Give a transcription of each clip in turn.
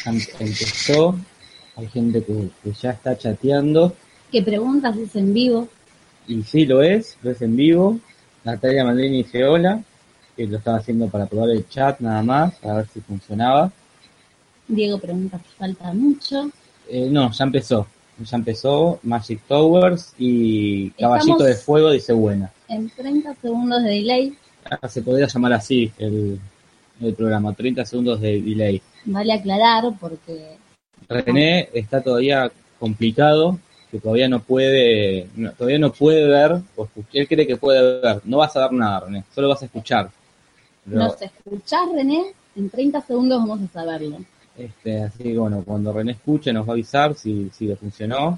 empezó, hay gente que ya está chateando. ¿Qué preguntas es en vivo? Y sí, lo es en vivo. Natalia Mandrini dice hola, que lo estaba haciendo para probar el chat nada más, para ver si funcionaba. Diego pregunta si falta mucho. No, ya empezó Magic Towers y Caballito Estamos de Fuego dice buena. en 30 segundos de delay. Se podría llamar así el programa, 30 segundos de delay. Vale aclarar porque... René está todavía complicado, que todavía no puede ver, o él cree que puede ver. No vas a dar nada, René, solo vas a escuchar. Pero, ¿nos escuchás, René? En 30 segundos vamos a saberlo. Así que bueno, cuando René escuche nos va a avisar si le funcionó.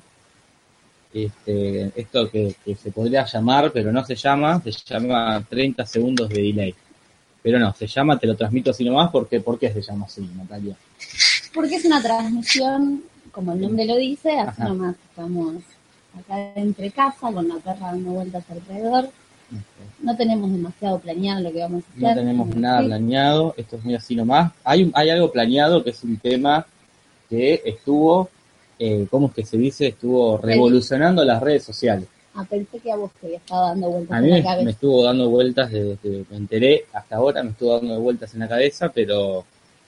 Esto que se podría llamar, pero no se llama 30 segundos de delay. Pero no, se llama, te lo transmito así nomás, ¿por qué se llama así, Natalia? Porque es una transmisión, como el nombre lo dice, así Ajá. nomás estamos acá entre casa, con la perra dando vueltas alrededor. No tenemos demasiado planeado lo que vamos a hacer. No tenemos nada planeado, esto es muy así nomás. Hay algo planeado que es un tema que estuvo, ¿cómo es que se dice? Estuvo revolucionando las redes sociales. Pensé que a vos te había estado dando vueltas A mí en la cabeza. me estuvo dando vueltas desde que me enteré hasta ahora, me estuvo dando vueltas en la cabeza, pero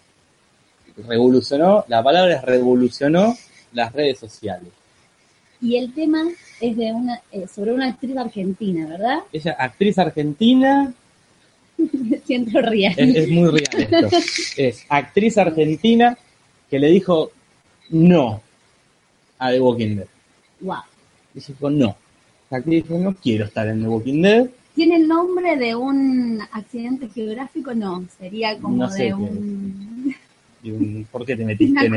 revolucionó las redes sociales. Y el tema es de sobre una actriz argentina, ¿verdad? Ella, actriz argentina. Me siento real. Es muy real esto. Es actriz argentina que le dijo no a The Walking Dead. Wow. Dijo no. La actriz dijo no quiero estar en The Walking Dead. ¿Tiene el nombre de un accidente geográfico? No, sería como no sé de un... ¿Por qué te metiste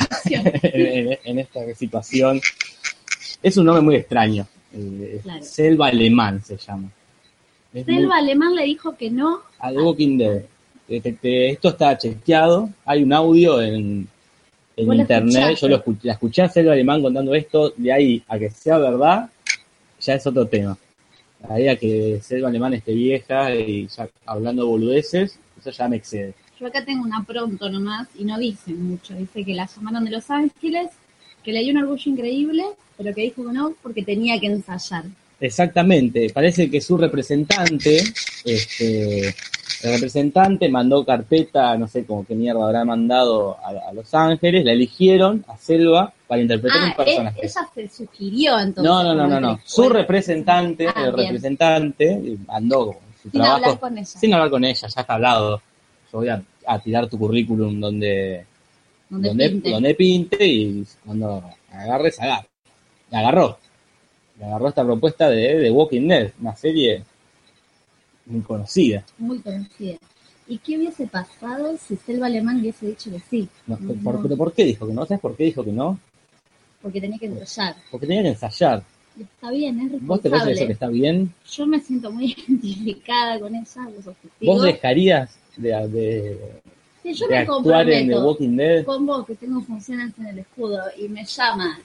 en esta situación? Es un nombre muy extraño. Claro. Selva Alemán se llama. Selva Alemán le dijo que no a The Walking Dead. Esto está chequeado. Hay un audio en internet. Yo la escuché a Selva Alemán contando esto. De ahí a que sea verdad, ya es otro tema. De ahí a que Selva Alemán esté vieja y ya hablando boludeces, eso ya me excede. Yo acá tengo una pronto nomás y no dice mucho. Dice que la llamaron de Los Ángeles, que le dio un orgullo increíble, pero que dijo que no porque tenía que ensayar. Exactamente. Parece que su representante, el representante mandó carpeta, no sé cómo qué mierda habrá mandado a Los Ángeles, la eligieron a Selva para interpretar un personaje. Ella se sugirió entonces. No. Su representante, representante, mandó su trabajo. Hablar con ella. Sin hablar con ella, ya está hablado. Yo voy a tirar tu currículum donde pinte y cuando agarres, agarre. Le agarró esta propuesta de The Walking Dead, una serie muy conocida. Muy conocida. ¿Y qué hubiese pasado si Selva Alemán hubiese dicho que sí? ¿Pero por qué dijo que no? ¿Sabes por qué dijo que no? Porque tenía que ensayar. Porque tenía que ensayar. Está bien, es responsable. ¿Vos te parece eso que está bien? Yo me siento muy identificada con ella, ¿Vos dejarías de yo de me actuar en The Walking Dead? Con vos, que tengo funciones en el escudo, y me llama...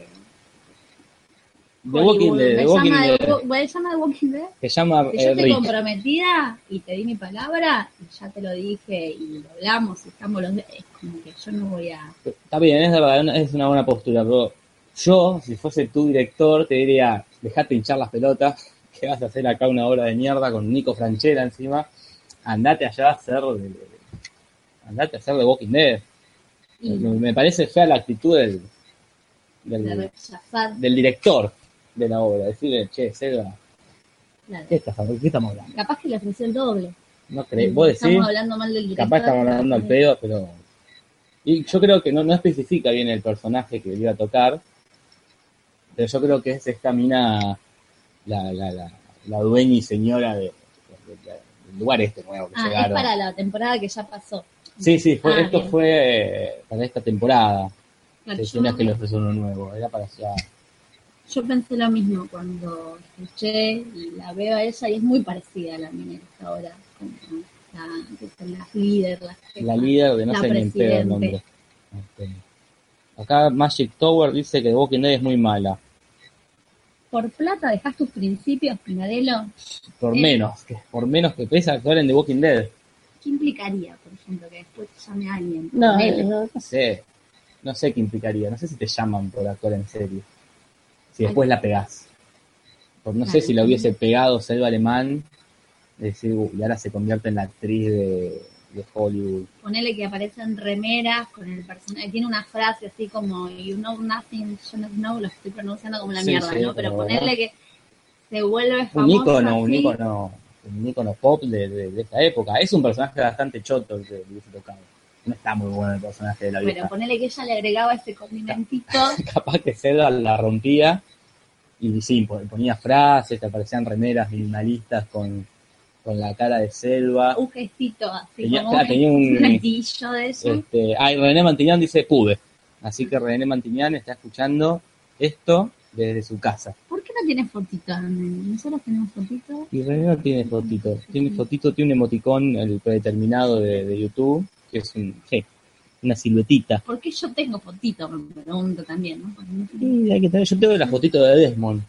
The Walking Dead. ¿Me llama The Walking Dead? Se llama si yo estoy Rick. comprometida y te di mi palabra, y ya te lo dije y lo hablamos y estamos los dos, es como que yo no voy a... Está bien, es verdad, es una buena postura, pero yo, si fuese tu director, te diría, dejate hinchar las pelotas, que vas a hacer acá una obra de mierda con Nico Franchella encima, andate allá a hacer The Walking Dead. Me parece fea la actitud del director de la obra, decirle, che, Selva, claro. ¿qué estamos hablando? Capaz que le ofreció el doble. No crees, vos decís, estamos hablando mal del director. Capaz estamos hablando al pedo, pero... Y yo creo que no especifica bien el personaje que le iba a tocar, pero yo creo que es esta mina, la dueña y señora del lugar nuevo que llegaron. Es para la temporada que ya pasó. Sí, esto fue para esta temporada. Claro, no es que le ofreció uno nuevo, era para allá. Yo pensé lo mismo cuando escuché y la veo a ella y es muy parecida a la mina que está ahora, como la líder, la líder de no sé ni en pedo el nombre. Acá Magic Tower dice que The Walking Dead es muy mala. ¿Por plata dejás tus principios, Pinarello? Por menos que pesa actuar en The Walking Dead. ¿Qué implicaría, por ejemplo, que después te llame a alguien? No sé. no sé qué implicaría, no sé si te llaman por actuar en serie, si después la pegás. No sé si la hubiese pegado Selva Alemán, decir, y ahora se convierte en la actriz de Hollywood. Ponele que aparecen remeras con el personaje, tiene una frase así como you know nothing, you don't know, lo estoy pronunciando como la mierda, ¿no? Pero ponerle que se vuelve famoso un ícono pop de esta época. Es un personaje bastante choto el que hubiese tocado. No está muy bueno el personaje de la vieja. Pero ponele que ella le agregaba ese condimentito. Capaz que Selva la rompía y sí, ponía frases, te aparecían remeras minimalistas con la cara de Selva. Un gestito así, tenía un gestillo de eso. René Mantiñán dice pude. Así que René Mantiñán está escuchando esto desde su casa. ¿Por qué no tiene fotito? Nosotros tenemos fotito. Y René no tiene fotito. Tiene fotito, tiene un emoticón, el predeterminado de YouTube, que es una siluetita. ¿Por qué yo tengo fotito? Me pregunto también, ¿no? Sí, hay que tener, yo tengo la fotito de Desmond.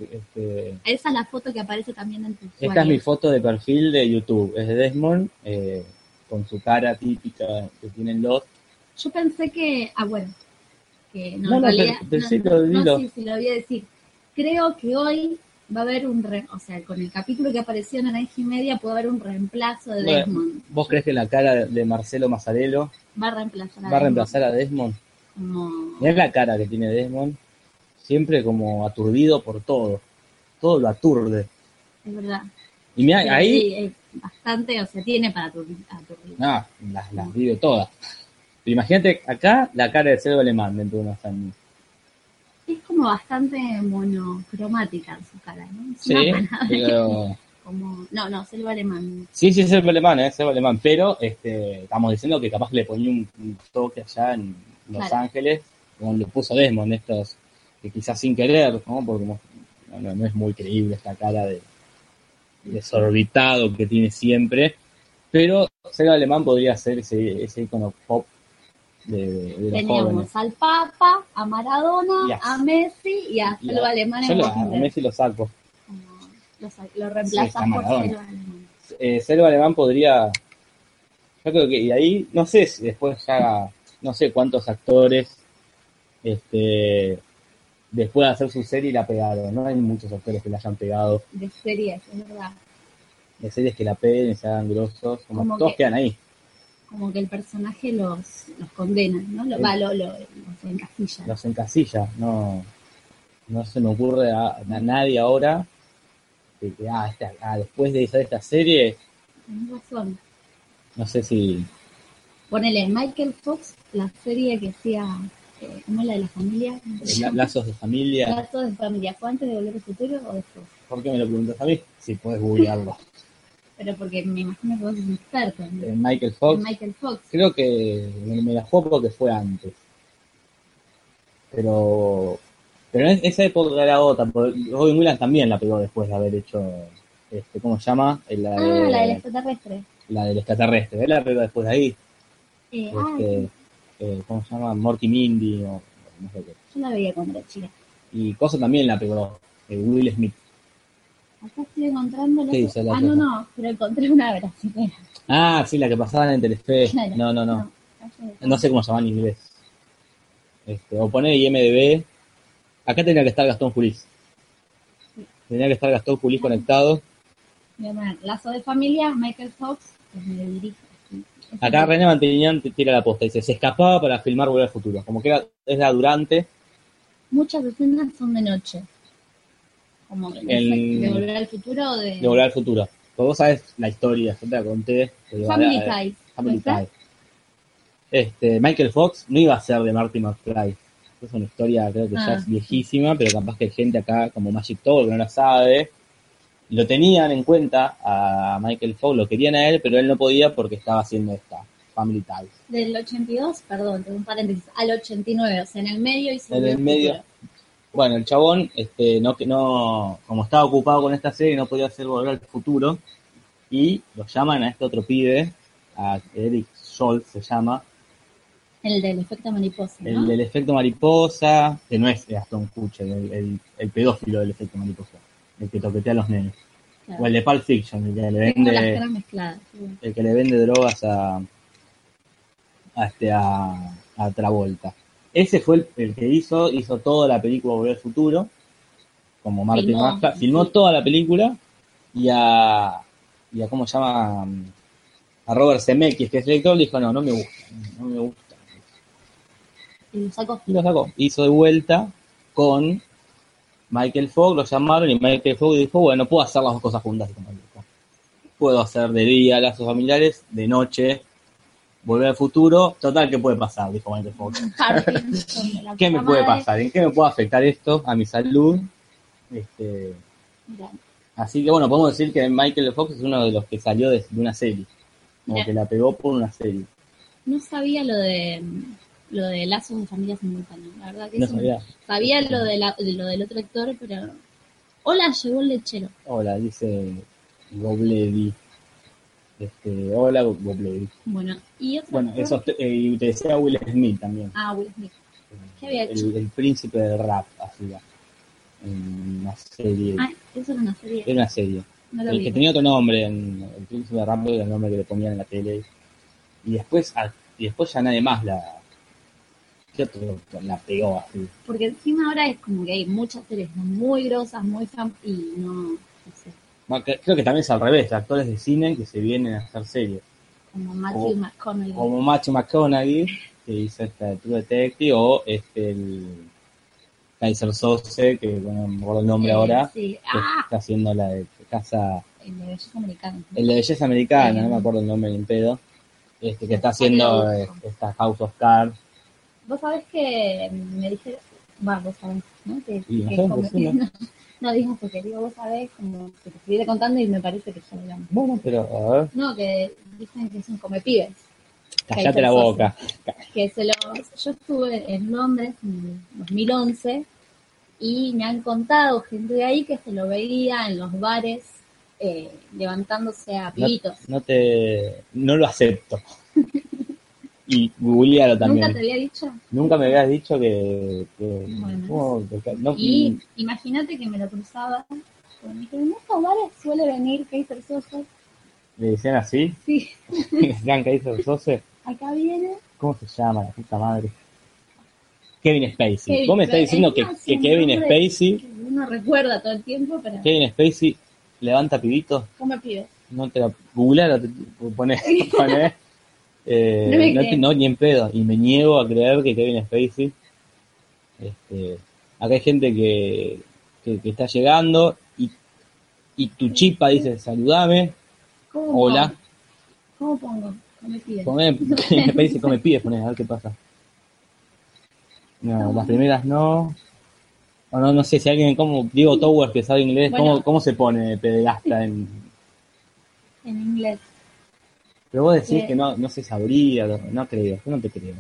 Esa es la foto que aparece también en tu usuario. Esta es mi foto de perfil de YouTube. Es de Desmond, con su cara típica que tienen los. Yo pensé que... bueno. Que no, en realidad... sí, lo voy a decir. Creo que hoy va a haber o sea, con el capítulo que apareció en Naranja y Media puede haber un reemplazo de Desmond. ¿Vos crees que la cara de Marcelo Mazzarello va a reemplazar a Desmond? Mirá la cara que tiene Desmond, siempre como aturdido por todo lo aturde. Es verdad. Y mirá, pero ahí... Sí, bastante, o sea, tiene para aturdir. No, las vive todas. Pero imagínate acá la cara de Selva Alemán dentro de unos años. Es como bastante monocromática su cara, ¿no? Sí, pero... No, Selva Alemán. Sí, Selva Alemán, pero estamos diciendo que capaz le ponía un toque allá en Los Ángeles, como le puso Desmond, estos que quizás sin querer, ¿no? Porque no es muy creíble esta cara de desorbitado que tiene siempre, pero Selva Alemán podría ser ese icono pop de los Teníamos jóvenes. al Papa, a Maradona, a Messi y a Selva Alemán. Yo a Messi lo saco. Lo reemplazas por Selva Alemán. Selva Alemán podría, yo creo que, y ahí, no sé si después ya, no sé cuántos actores, después de hacer su serie la pegaron, no hay muchos actores que la hayan pegado. De series, es verdad. De series que la peguen y se hagan grosos, como todos quedan ahí. Como que el personaje los condena, ¿no? Los encasilla. Los encasilla, no se me ocurre a nadie ahora que después de esta serie... Tienes razón. No sé si... Ponele Michael Fox, la serie que hacía, ¿cómo es la de la familia? Lazos de familia. Lazos de familia, ¿fue antes de Volver al Futuro o después? ¿Por qué me lo preguntas a mí? Si puedes googlearlo. Pero porque me imagino que vos sos un experto en Michael Fox. Creo que me la juego porque fue antes. Pero en esa época era otra. Robin Williams también la pegó después de haber hecho, ¿cómo se llama? La del extraterrestre. La del extraterrestre. Él la pegó después de ahí. ¿Cómo se llama? Morty Mindy o no sé qué. Yo la veía cuando era chica. Y Cosa también la pegó, Will Smith. Acá estoy encontrando no, pero encontré una brasilera. Sí, la que pasaban en Telefe. Claro. No sé cómo se llama en inglés. O poner IMDb. Acá tenía que estar Gastón Julís. Sí. Tenía que estar Gastón Julís conectado. Lazo de familia, Michael Fox, que me dirige. Acá René Mantiñán tira la posta, dice, se escapaba para filmar Volver al Futuro. Como que es durante. Muchas escenas son de noche. Como de Volver al Futuro o de Volver al Futuro. Porque vos sabés la historia, yo te la conté. Family Ties. Michael Fox no iba a ser de Marty McFly. Es una historia, creo que ya es viejísima, pero capaz que hay gente acá como Magic Tower que no la sabe. Lo tenían en cuenta a Michael Fox, lo querían a él, pero él no podía porque estaba haciendo esta Family Ties. Del 82, perdón, tengo un paréntesis, al 89, o sea, en el medio y en el medio. Bueno, el chabón, como estaba ocupado con esta serie, no podía hacer Volver al Futuro, y lo llaman a este otro pibe, a Eric Schultz se llama. El del efecto mariposa, ¿no? El del efecto mariposa, que no es Aston Kutcher, el pedófilo del efecto mariposa, el que toquetea a los nenes. Claro. O el de Pulp Fiction, el que le vende, las caras mezcladas, el que le vende drogas a Travolta. ese fue el que hizo toda la película Volver al Futuro, como Marty McFly, filmó toda la película, y a ¿cómo se llama? A Robert Zemeckis, que es director, le dijo, no me gusta. Y lo sacó. Y lo sacó. Hizo de vuelta con Michael Fogg, lo llamaron, y Michael Fogg dijo, bueno, puedo hacer las dos cosas juntas. Puedo hacer de día lazos familiares, de noche Volver al Futuro. Total, ¿qué puede pasar? Dijo Michael Fogg. ¿Qué me puede pasar? ¿En qué me puede afectar esto a mi salud? Así que bueno, podemos decir que Michael Fox es uno de los que salió de una serie, como que la pegó por una serie. No sabía lo de lazos de familia simultáneos, la verdad que no sabía lo del otro actor, pero hola, llegó el lechero. Hola, dice Gobledi. Hola, Gobledi. Bueno, y otro bueno, eso y te decía Will Smith también. Will Smith. ¿Qué había hecho? El príncipe del rap, así va. En una serie. ¿Eso era una serie? Era una serie. No lo vi. Que tenía otro nombre, el príncipe del rap era el nombre que le ponían en la tele. Y después ya nadie más la pegó así. Porque encima ahora es como que hay muchas series muy grosas, muy y no sé. Bueno, creo que también es al revés, actores de cine que se vienen a hacer series. Como Matthew McConaughey. Como Matthew McConaughey, que hizo esta True Detective, o el Kaiser Sose, que bueno, no me acuerdo el nombre ahora, sí. Está haciendo la de Casa... El de Belleza Americana. El de Belleza Americana, no me acuerdo el nombre ni en pedo. Que está haciendo esta House of Cards. Vos sabés que me dije... vos sabés, ¿no? No digas porque digo, vos sabés, como que te estoy contando y me parece que ya lo digamos. Bueno, pero a ver. No, que dicen que son come pibes. Callate la boca. Yo estuve en Londres en 2011 y me han contado gente de ahí que se lo veía en los bares levantándose a pibitos. No lo acepto. Y googlealo también. ¿Nunca te había dicho? Nunca me habías dicho que bueno, y imagínate que me lo cruzaba. Me dijeron, en estos bares suele venir Kaiser Sose. ¿Le decían así? Sí. ¿Le decían Kaiser Sose? Acá viene. ¿Cómo se llama la puta madre? Kevin Spacey. Vos me estás diciendo que Kevin Spacey... Uno recuerda todo el tiempo, pero... Kevin Spacey levanta pibitos. ¿Cómo pibes? No te lo... Googlealo, ponés... no, ni en pedo. Y me niego a creer que Kevin Spacey... acá hay gente que está llegando y tu chipa dice, saludame. Hola. ¿Cómo pongo? Come pibes. Kevin Spacey come pibes, ponés, a ver qué pasa. No, las primeras no. No sé si alguien, como Diego Towers, que sabe inglés, bueno, ¿cómo se pone pederasta en inglés? Pero vos decís que no se sabría, no creo, yo no te creo.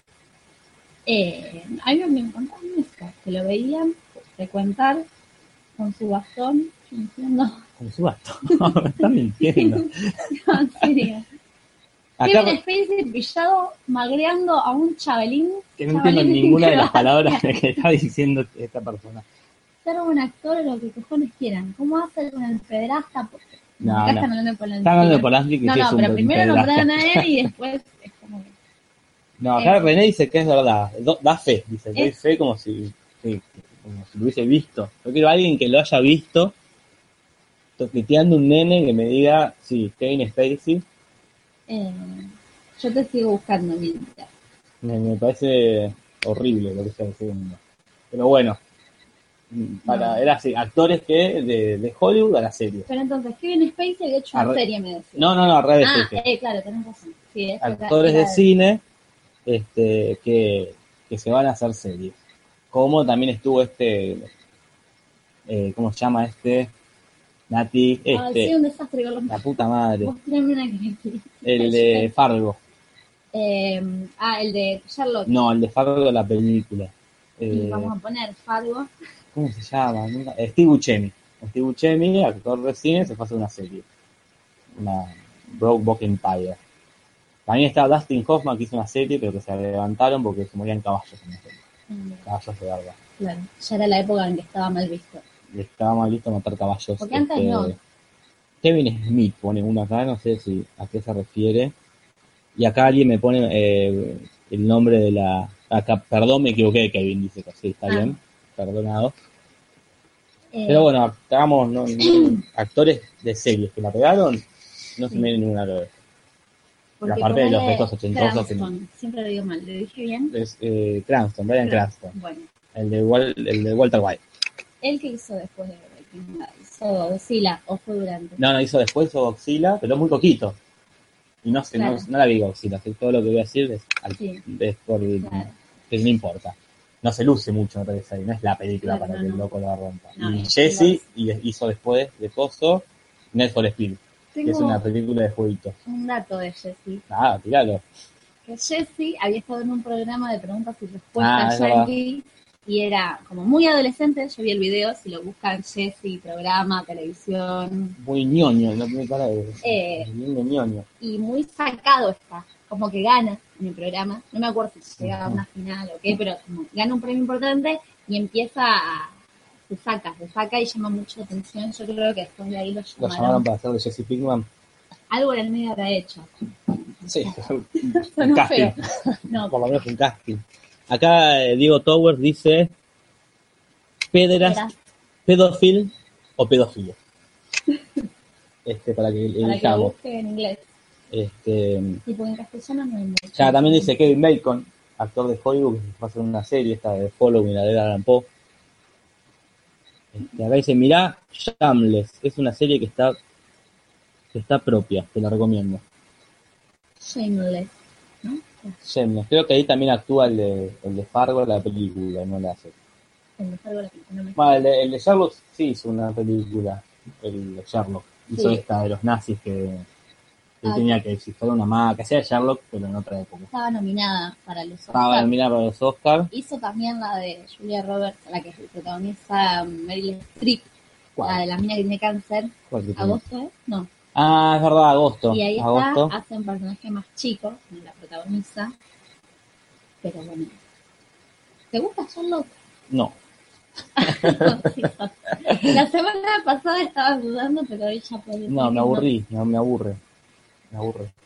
A mí me encontraron esto, que lo veían frecuentar con su bastón, diciendo... ¿Con su bastón? Me estás mintiendo. No, en serio. Kevin Spacey pillado magreando a un chavalín. Que no entiendo ninguna de las palabras que está diciendo esta persona. Ser un actor o lo que cojones quieran. ¿Cómo hacer con el pederasta? No. Están hablando de Polanski. Están hablando de Polanski que sí es un pero primero nombraron a él y después es como que... No, acá René dice que es verdad. Da fe, dice. Doy fe como si lo hubiese visto. Yo quiero a alguien que lo haya visto toqueteando un nene que me diga, sí, Kevin Spacey. Yo te sigo buscando mientras. Me parece horrible lo que está diciendo. Pero bueno, era así, actores que de Hollywood a la serie. Pero entonces, Kevin Spacey había hecho una serie, me decía. No, al revés. Claro, tenés razón. Sí, actores de cine que se van a hacer series. Como también estuvo ¿cómo se llama Nati, sí, un desastre con los... La puta madre. El de Fargo. El de Sherlock. No, el de Fargo, la película. Vamos a poner Fargo. ¿Cómo se llama? Steve Buscemi. Steve Buscemi, actor de cine, se fue a hacer una serie. Una Brokeback Empire. También estaba Dustin Hoffman, que hizo una serie, pero que se levantaron porque se morían caballos en la serie. Caballos de verdad. Claro, ya era la época en que estaba mal visto. Estaba mal visto matar caballos. Porque antes no. Kevin Smith pone uno acá, no sé a qué se refiere. Y acá alguien me pone el nombre de la... Acá, perdón, me equivoqué, Kevin dice que sí, está bien, perdonado. Pero bueno, hagamos actores de series que la pegaron, no se me viene ninguna vez. Aparte de los estos ochentosos que siempre lo digo mal, ¿le dije bien? Es Cranston, Bryan Cranston. Bueno. El de Walter White. ¿El que hizo después de Breaking Bad? ¿Hizo Godzilla o fue durante? No, hizo después, hizo Godzilla, pero muy poquito. Y no sé, no la vi Godzilla, todo lo que voy a decir es por que no importa. No se luce mucho, me parece ahí, no es la película para que el loco lo rompa. Y Jesse hizo después de Coso Need for Speed, que es una película de jueguitos. Un dato de Jesse. Tíralo. Que Jesse había estado en un programa de preguntas y respuestas yankee y era como muy adolescente. Yo vi el video, si lo buscan, Jesse, programa, televisión. Muy ñoño, no tiene cara de ñoño. Y muy sacado está, como que gana en el programa. No me acuerdo si llega a una final o qué, pero como gana un premio importante y se saca y llama mucho la atención. Yo creo que después de ahí lo llamaron para hacer de Jesse Pinkman. Algo en el medio habrá hecho. Sí, un casting. No. Por lo menos un casting. Acá Diego Towers dice pedófil o pedofilia. Para que elijamos. Para que en inglés. Tipo en castellano no hay mucho. Ya también dice Kevin Bacon, actor de Hollywood, que va a hacer una serie, esta de Following, la de Allan Poe. Acá dice, mirá, Shameless, es una serie que está propia, te la recomiendo. Shameless, ¿no? Shameless, creo que ahí también actúa el de Fargo, la película, no la hace. El de Fargo, la película, no el de Sherlock sí hizo una película, el de Sherlock, hizo esta de los nazis que tenía que existir una más, que hacía Sherlock, pero en otra época. Estaba nominada para los Oscars. Estaba nominada para los Oscars. Hizo también la de Julia Roberts, la que protagoniza Meryl Streep, la de la mina que tiene cáncer. ¿Agosto, No. Es verdad, Agosto. Y ahí hace un personaje más chico, la protagoniza. Pero bueno. ¿Te gusta Sherlock? No. La semana pasada estabas dudando, pero hoy ya podía. No, me aburrí, me aburre. Me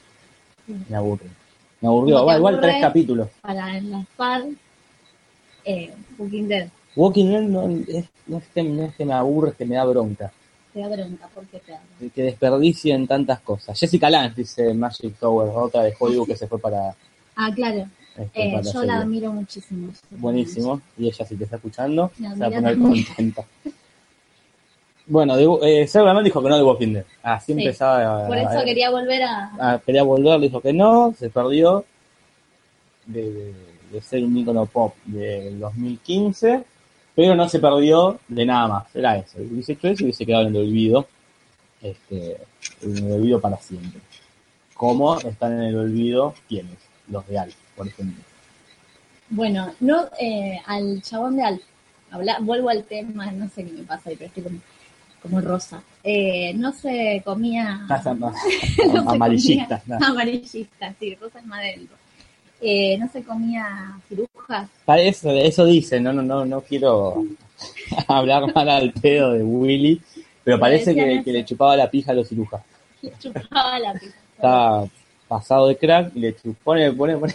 aburrió. Igual 3 capítulos. Para enlazar Walking Dead. Walking Dead no es que me aburre, es que me da bronca. Te da bronca, ¿por qué te da bronca? Que desperdicien tantas cosas. Jessica Lange dice Magic Tower, otra de Hollywood que se fue para... claro. Yo la admiro muchísimo. Buenísimo. Y ella, si te está escuchando, se va a poner contenta. Bueno, Sergio dijo que no de Walking Dead. Así empezaba. Por eso quería volver quería volver, dijo que no, se perdió de ser un ícono pop del 2015, pero no se perdió de nada más. Era eso. Hubiese hecho eso y hubiese quedado en el olvido. En el olvido para siempre. ¿Cómo están en el olvido quiénes? Los de Alf, por ejemplo. Bueno, no al chabón de Alf. Vuelvo al tema, no sé qué me pasa ahí, pero estoy como rosa. No se comía... Amarillista. Amarillista, sí, rosa es más adentro. No se comía cirujas. Eso dice, no quiero hablar mal al pedo de Willy, pero parece que le chupaba la pija a los cirujas. Le chupaba la pija. Estaba pasado de crack y le pone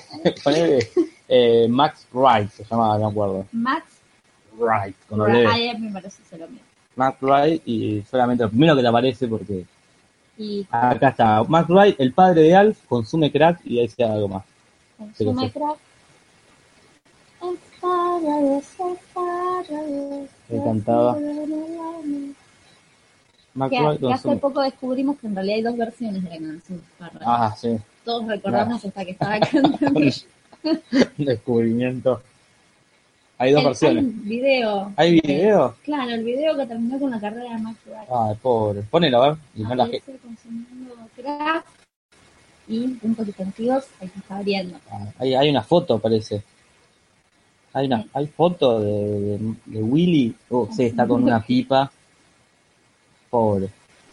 Max Wright, se llamaba, no me acuerdo. Max Wright, con Wright, me parece que se lo mismo. Max Wright, y solamente lo primero que te aparece porque acá está Max Wright, el padre de Alf, consume crack y ahí se algo más. Consume crack. Él cantaba. Que hace poco descubrimos que en realidad hay 2 versiones de la canción. Sí. Todos recordamos hasta que estaba cantando. Descubrimiento. Hay 2 versiones. ¿Hay video? Claro, el video que terminó con la carrera de Max Wright. Pobre. Ponelo, a ver. Y no la consumiendo crack y puntos suspensivos, ahí se está abriendo. Hay una foto, parece. Hay foto de Willy. Sí, está con una pipa. Pobre.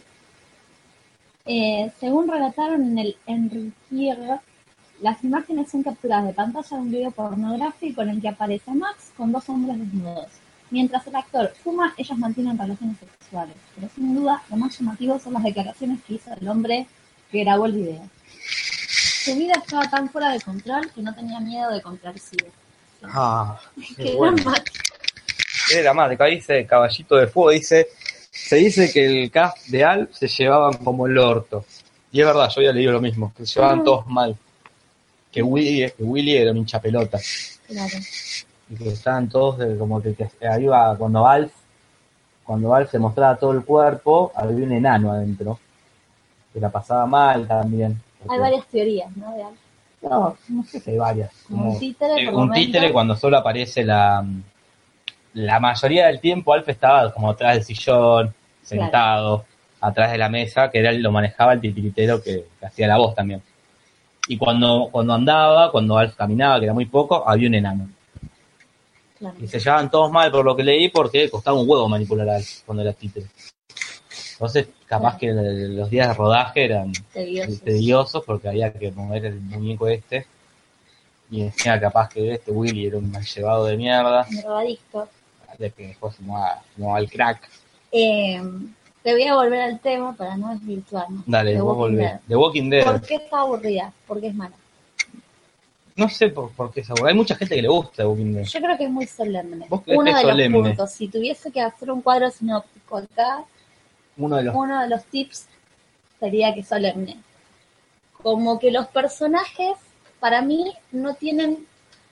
Según relataron en el Enriquierra, las imágenes son capturadas de pantalla de un video pornográfico en el que aparece Max con 2 hombres desnudos. Mientras el actor fuma, ellos mantienen relaciones sexuales. Pero sin duda, lo más llamativo son las declaraciones que hizo el hombre que grabó el video. su vida estaba tan fuera de control que no tenía miedo de contraer SIDA. Qué Qué bueno. dramático. Qué dramático. Ahí dice Caballito de Fuego, se dice que el cast de Al se llevaban como el orto. Y es verdad, yo había leído lo mismo, que se llevaban todos mal. Que Willy era un hinchapelota. Claro. Y que estaban todos como que ahí va, cuando Alf se mostraba todo el cuerpo, había un enano adentro. Que la pasaba mal también. Hay varias teorías, ¿no? De algo. No sé si hay varias. Como un títere, por un momentos. títere cuando solo aparece la mayoría del tiempo Alf estaba como atrás del sillón, sentado, atrás de la mesa, que lo manejaba el titiritero que hacía la voz también. Y cuando Alf caminaba, que era muy poco, había un enano. Claro. Y se llevaban todos mal por lo que leí, porque costaba un huevo manipular a Alf cuando era títere. Entonces, capaz que los días de rodaje eran tediosos porque había que mover el muñeco este. Y decía capaz que Willy era un mal llevado de mierda. Un drogadicto. De que después se mueva al crack. Te voy a volver al tema para no desvirtuarnos. Dale, vos volvés. The Walking Dead. ¿Por qué está aburrida? ¿Por qué es mala? No sé por qué es aburrida. Hay mucha gente que le gusta The Walking Dead. Yo creo que es muy solemne. ¿Vos crees Uno que es de solemne? los puntos, si tuviese que hacer un cuadro sinóptico acá, uno de los tips sería que es solemne. Como que los personajes, para mí, no tienen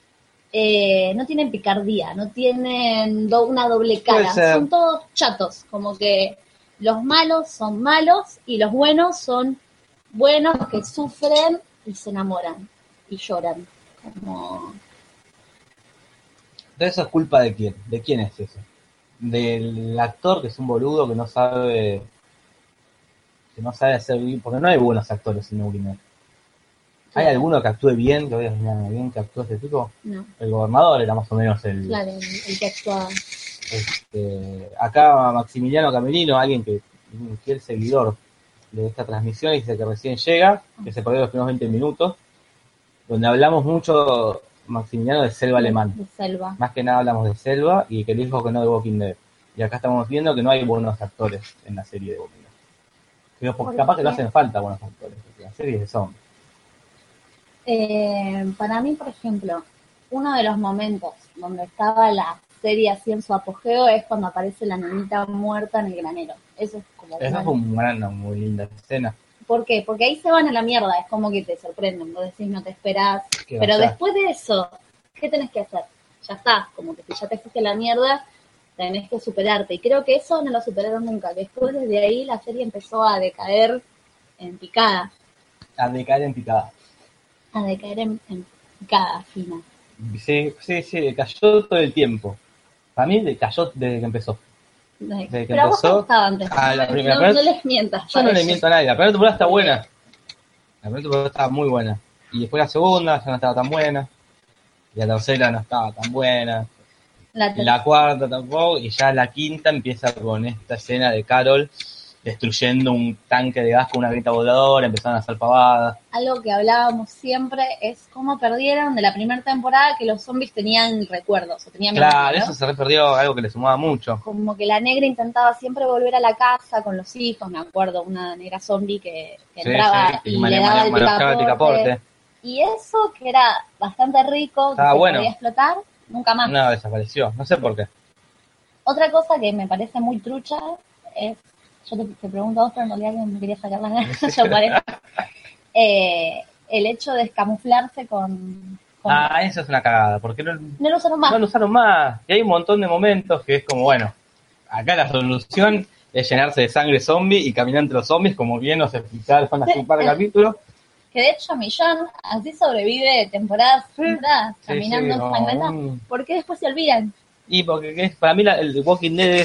picardía, no tienen una doble cara, son todos chatos, como que los malos son malos y los buenos son buenos que sufren y se enamoran y lloran. Como... ¿De eso es culpa de quién? ¿De quién es eso? Del actor que es un boludo que no sabe hacer bien, porque no hay buenos actores en Walking Dead. ¿Hay alguno que actúe bien, que veas bien que actúe este tipo? No. El gobernador era más o menos el que actuaba. Acá Maximiliano Camerino, alguien que es un fiel seguidor de esta transmisión, dice que recién llega, que se perdió los primeros 20 minutos, donde hablamos mucho, Maximiliano, de selva alemán. De selva. Más que nada hablamos de selva y que dijo que no de Walking Dead. Y acá estamos viendo que no hay buenos actores en la serie de Walking Dead. Pero porque capaz que no hacen falta buenos actores, porque la serie es de zombies. Para mí, por ejemplo, uno de los momentos donde estaba la serie así en su apogeo es cuando aparece la nenita muerta en el granero. Eso es como... Esa fue una muy linda escena. ¿Por qué? Porque ahí se van a la mierda, es como que te sorprenden, vos decís no te esperás. Pero después de eso, ¿qué tenés que hacer? Ya está, como que si ya te fuiste a la mierda, tenés que superarte. Y creo que eso no lo superaron nunca. Después, desde ahí, la serie empezó a decaer en picada. A decaer en picada, fina. Sí, decayó todo el tiempo. Para mí decayó desde que empezó. Desde que empezó, vos te antes. La primera no les mientas. Yo no le miento a nadie. La primera temporada está buena. La primera temporada estaba muy buena. Y después la segunda ya no estaba tan buena. Y la tercera no estaba tan buena. La cuarta tampoco. Y ya la quinta empieza con esta escena de Carol destruyendo un tanque de gas con una grieta voladora, empezaron a hacer pavadas. Algo que hablábamos siempre es cómo perdieron de la primera temporada que los zombies tenían recuerdos, o tenían claro, memoria, ¿no? Eso se perdió, algo que le sumaba mucho. Como que la negra intentaba siempre volver a la casa con los hijos, me acuerdo, una negra zombie que entraba y le daba el picaporte. Y eso que era bastante rico, que se podía explotar, nunca más. No, desapareció, no sé por qué. Otra cosa que me parece muy trucha es, yo te pregunto a vos, pero en realidad me quería sacar las ganas, yo parezco. El hecho de escamuflarse con... eso es una cagada, porque no lo usaron más. No lo usaron más. Y hay un montón de momentos que es como, bueno, acá la solución es llenarse de sangre zombie y caminar entre los zombies, como bien nos explicaron hace un par de capítulos. Que de hecho Millán así sobrevive temporadas caminando ensangrentado. ¿Por qué después se olvidan? Y porque para mí el Walking Dead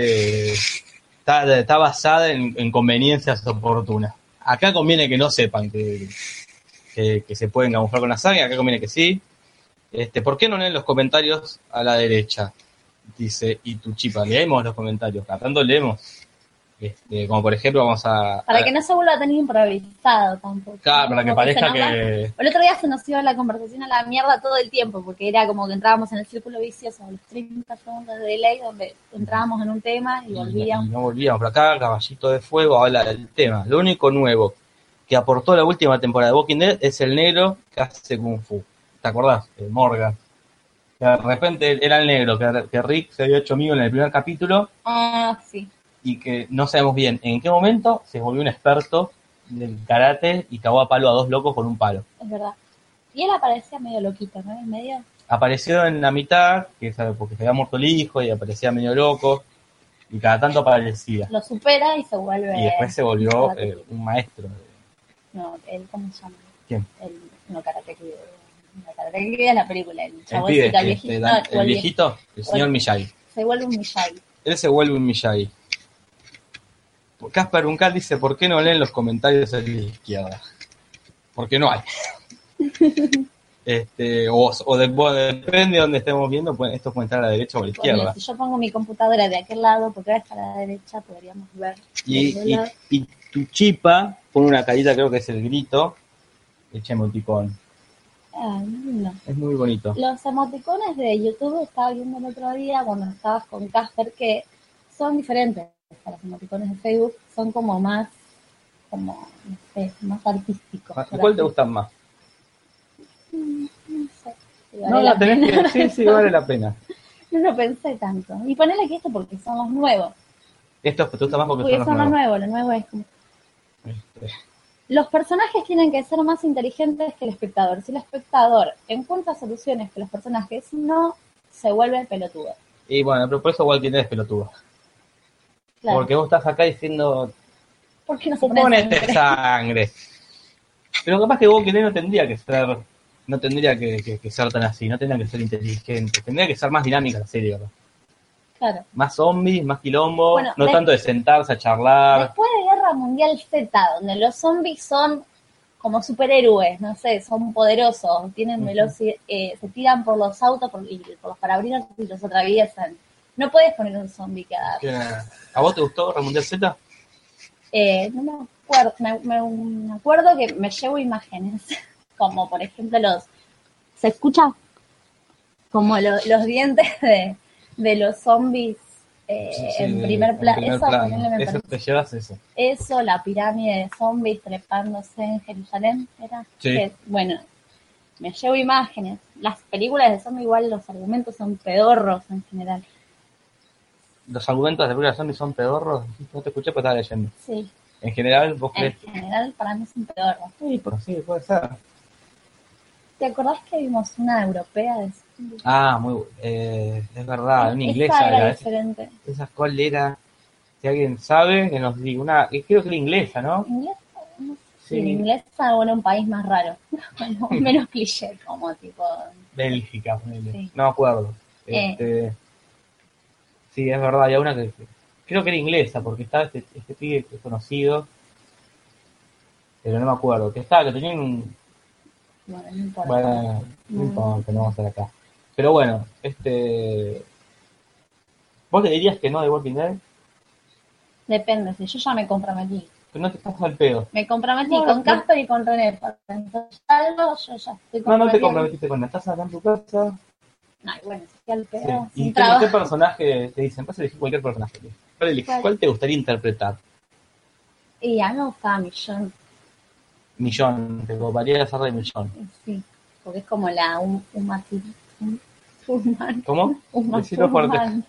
está basada en conveniencias oportunas. Acá conviene que no sepan que se pueden camuflar con la sangre, acá conviene que sí. ¿Por qué no leen los comentarios a la derecha? Dice Ituchipa, leemos los comentarios, cada tanto leemos. Como por ejemplo vamos a... Para que no se vuelva tan improvisado tampoco. Claro, para que parezca que... El otro día se nos iba la conversación a la mierda todo el tiempo, porque era como que entrábamos en el círculo vicioso, a los 30 segundos de delay, donde entrábamos en un tema y volvíamos. Y no volvíamos. Por acá, Caballito de Fuego habla del tema. Lo único nuevo que aportó la última temporada de Walking Dead es el negro que hace Kung Fu. ¿Te acordás? Morgan. Que de repente era el negro, que Rick se había hecho amigo en el primer capítulo. Ah, sí. Y que no sabemos bien en qué momento se volvió un experto del karate y cagó a palo a 2 locos con un palo. Es verdad. Y él aparecía medio loquito, ¿no? Medio... Apareció en la mitad, que sabe, porque se había muerto el hijo y aparecía medio loco, y cada tanto aparecía. Lo supera y se vuelve... Y después se volvió un maestro. No, él, ¿cómo se llama? ¿Quién? No, Karate Kid. No, Karate Kid es la película. El pibe, el viejito. el viejito, el señor Miyagi. Se vuelve un Miyagi. Él se vuelve un Miyagi. Casper Uncal dice, ¿por qué no leen los comentarios de la izquierda? Porque no hay. Depende de donde estemos viendo, estos pueden estar a la derecha o a la izquierda. Bueno, si yo pongo mi computadora de aquel lado, porque ahora está a la derecha, podríamos ver. Y tu chipa pone una carita, creo que es el grito, echa emoticón. No. Es muy bonito. Los emoticones de YouTube estaba viendo el otro día cuando estabas con Casper que son diferentes a los emoticones de Facebook, son como más, no sé, más artísticos. ¿Cuál te gustan más? No sé. No, la tenés que... Sí, vale la pena. No lo pensé tanto. Y ponele que esto porque son los nuevos. Estos te gustan más porque son los nuevos. Lo nuevo es como... Los personajes tienen que ser más inteligentes que el espectador. Si el espectador encuentra soluciones que los personajes no, se vuelve pelotudo. Y bueno, pero por eso Walking Dead es pelotudo. Claro. Porque vos estás acá diciendo... ¿Por qué no se pone sangre? Pero capaz que Walking Dead no tendría que ser tan así, no tendría que ser inteligente, tendría que ser más dinámica la serie, ¿verdad? Claro. Más zombies, más quilombo, bueno, no tanto de sentarse a charlar. Después de Guerra Mundial Z, donde los zombies son como superhéroes, no sé, son poderosos, tienen velocidad, se tiran por los autos, por los parabrisas y los atraviesan. No puedes poner un zombie cada... ¿A vos te gustó Guerra Mundial Z? No me acuerdo, me acuerdo que me llevo imágenes, como por ejemplo ¿se escucha? Como los dientes de los zombies en primer plano. Eso te llevas eso. Eso, la pirámide de zombies trepándose en Jerusalén, ¿era? Sí. Bueno, me llevo imágenes. Las películas de zombies igual los argumentos son pedorros en general. ¿Los argumentos de películas de zombies son pedorros? No te escuché, pero estaba leyendo. Sí. ¿En general vos crees? En general para mí son pedorros. Sí, pero sí, puede ser. ¿Te acordás que vimos una europea de zombies? Es verdad, una inglesa era diferente. ¿Esa cuál era? Si alguien sabe, que nos diga. Creo que era inglesa, ¿no? ¿Inglesa? No sé. Sí, inglesa o era un país más raro. Menos cliché, como tipo... Bélgica, sí. No me acuerdo. Sí, es verdad, había una que... Creo que era inglesa, porque estaba este pibe que es conocido, pero no me acuerdo. Que tenía un... Bueno, no importa. Bueno, no importa, no vamos a estar acá. Pero bueno, ¿vos le dirías que no de Walking Dead? Depende, si yo ya me comprometí. Pero no te estás al pedo. Me comprometí con Casper y con René. Entonces, algo yo ya estoy comprometida. No te comprometiste con él. Estás acá en tu casa. No, bueno, estoy al pedo. Sí. ¿Y qué personaje te dicen? Vas a elegir cualquier personaje. ¿Cuál te gustaría interpretar? Y a mí me gustaba Millón, te coparía hacer de Millón. Sí, porque es como ¿Cómo? Decilo fuerte.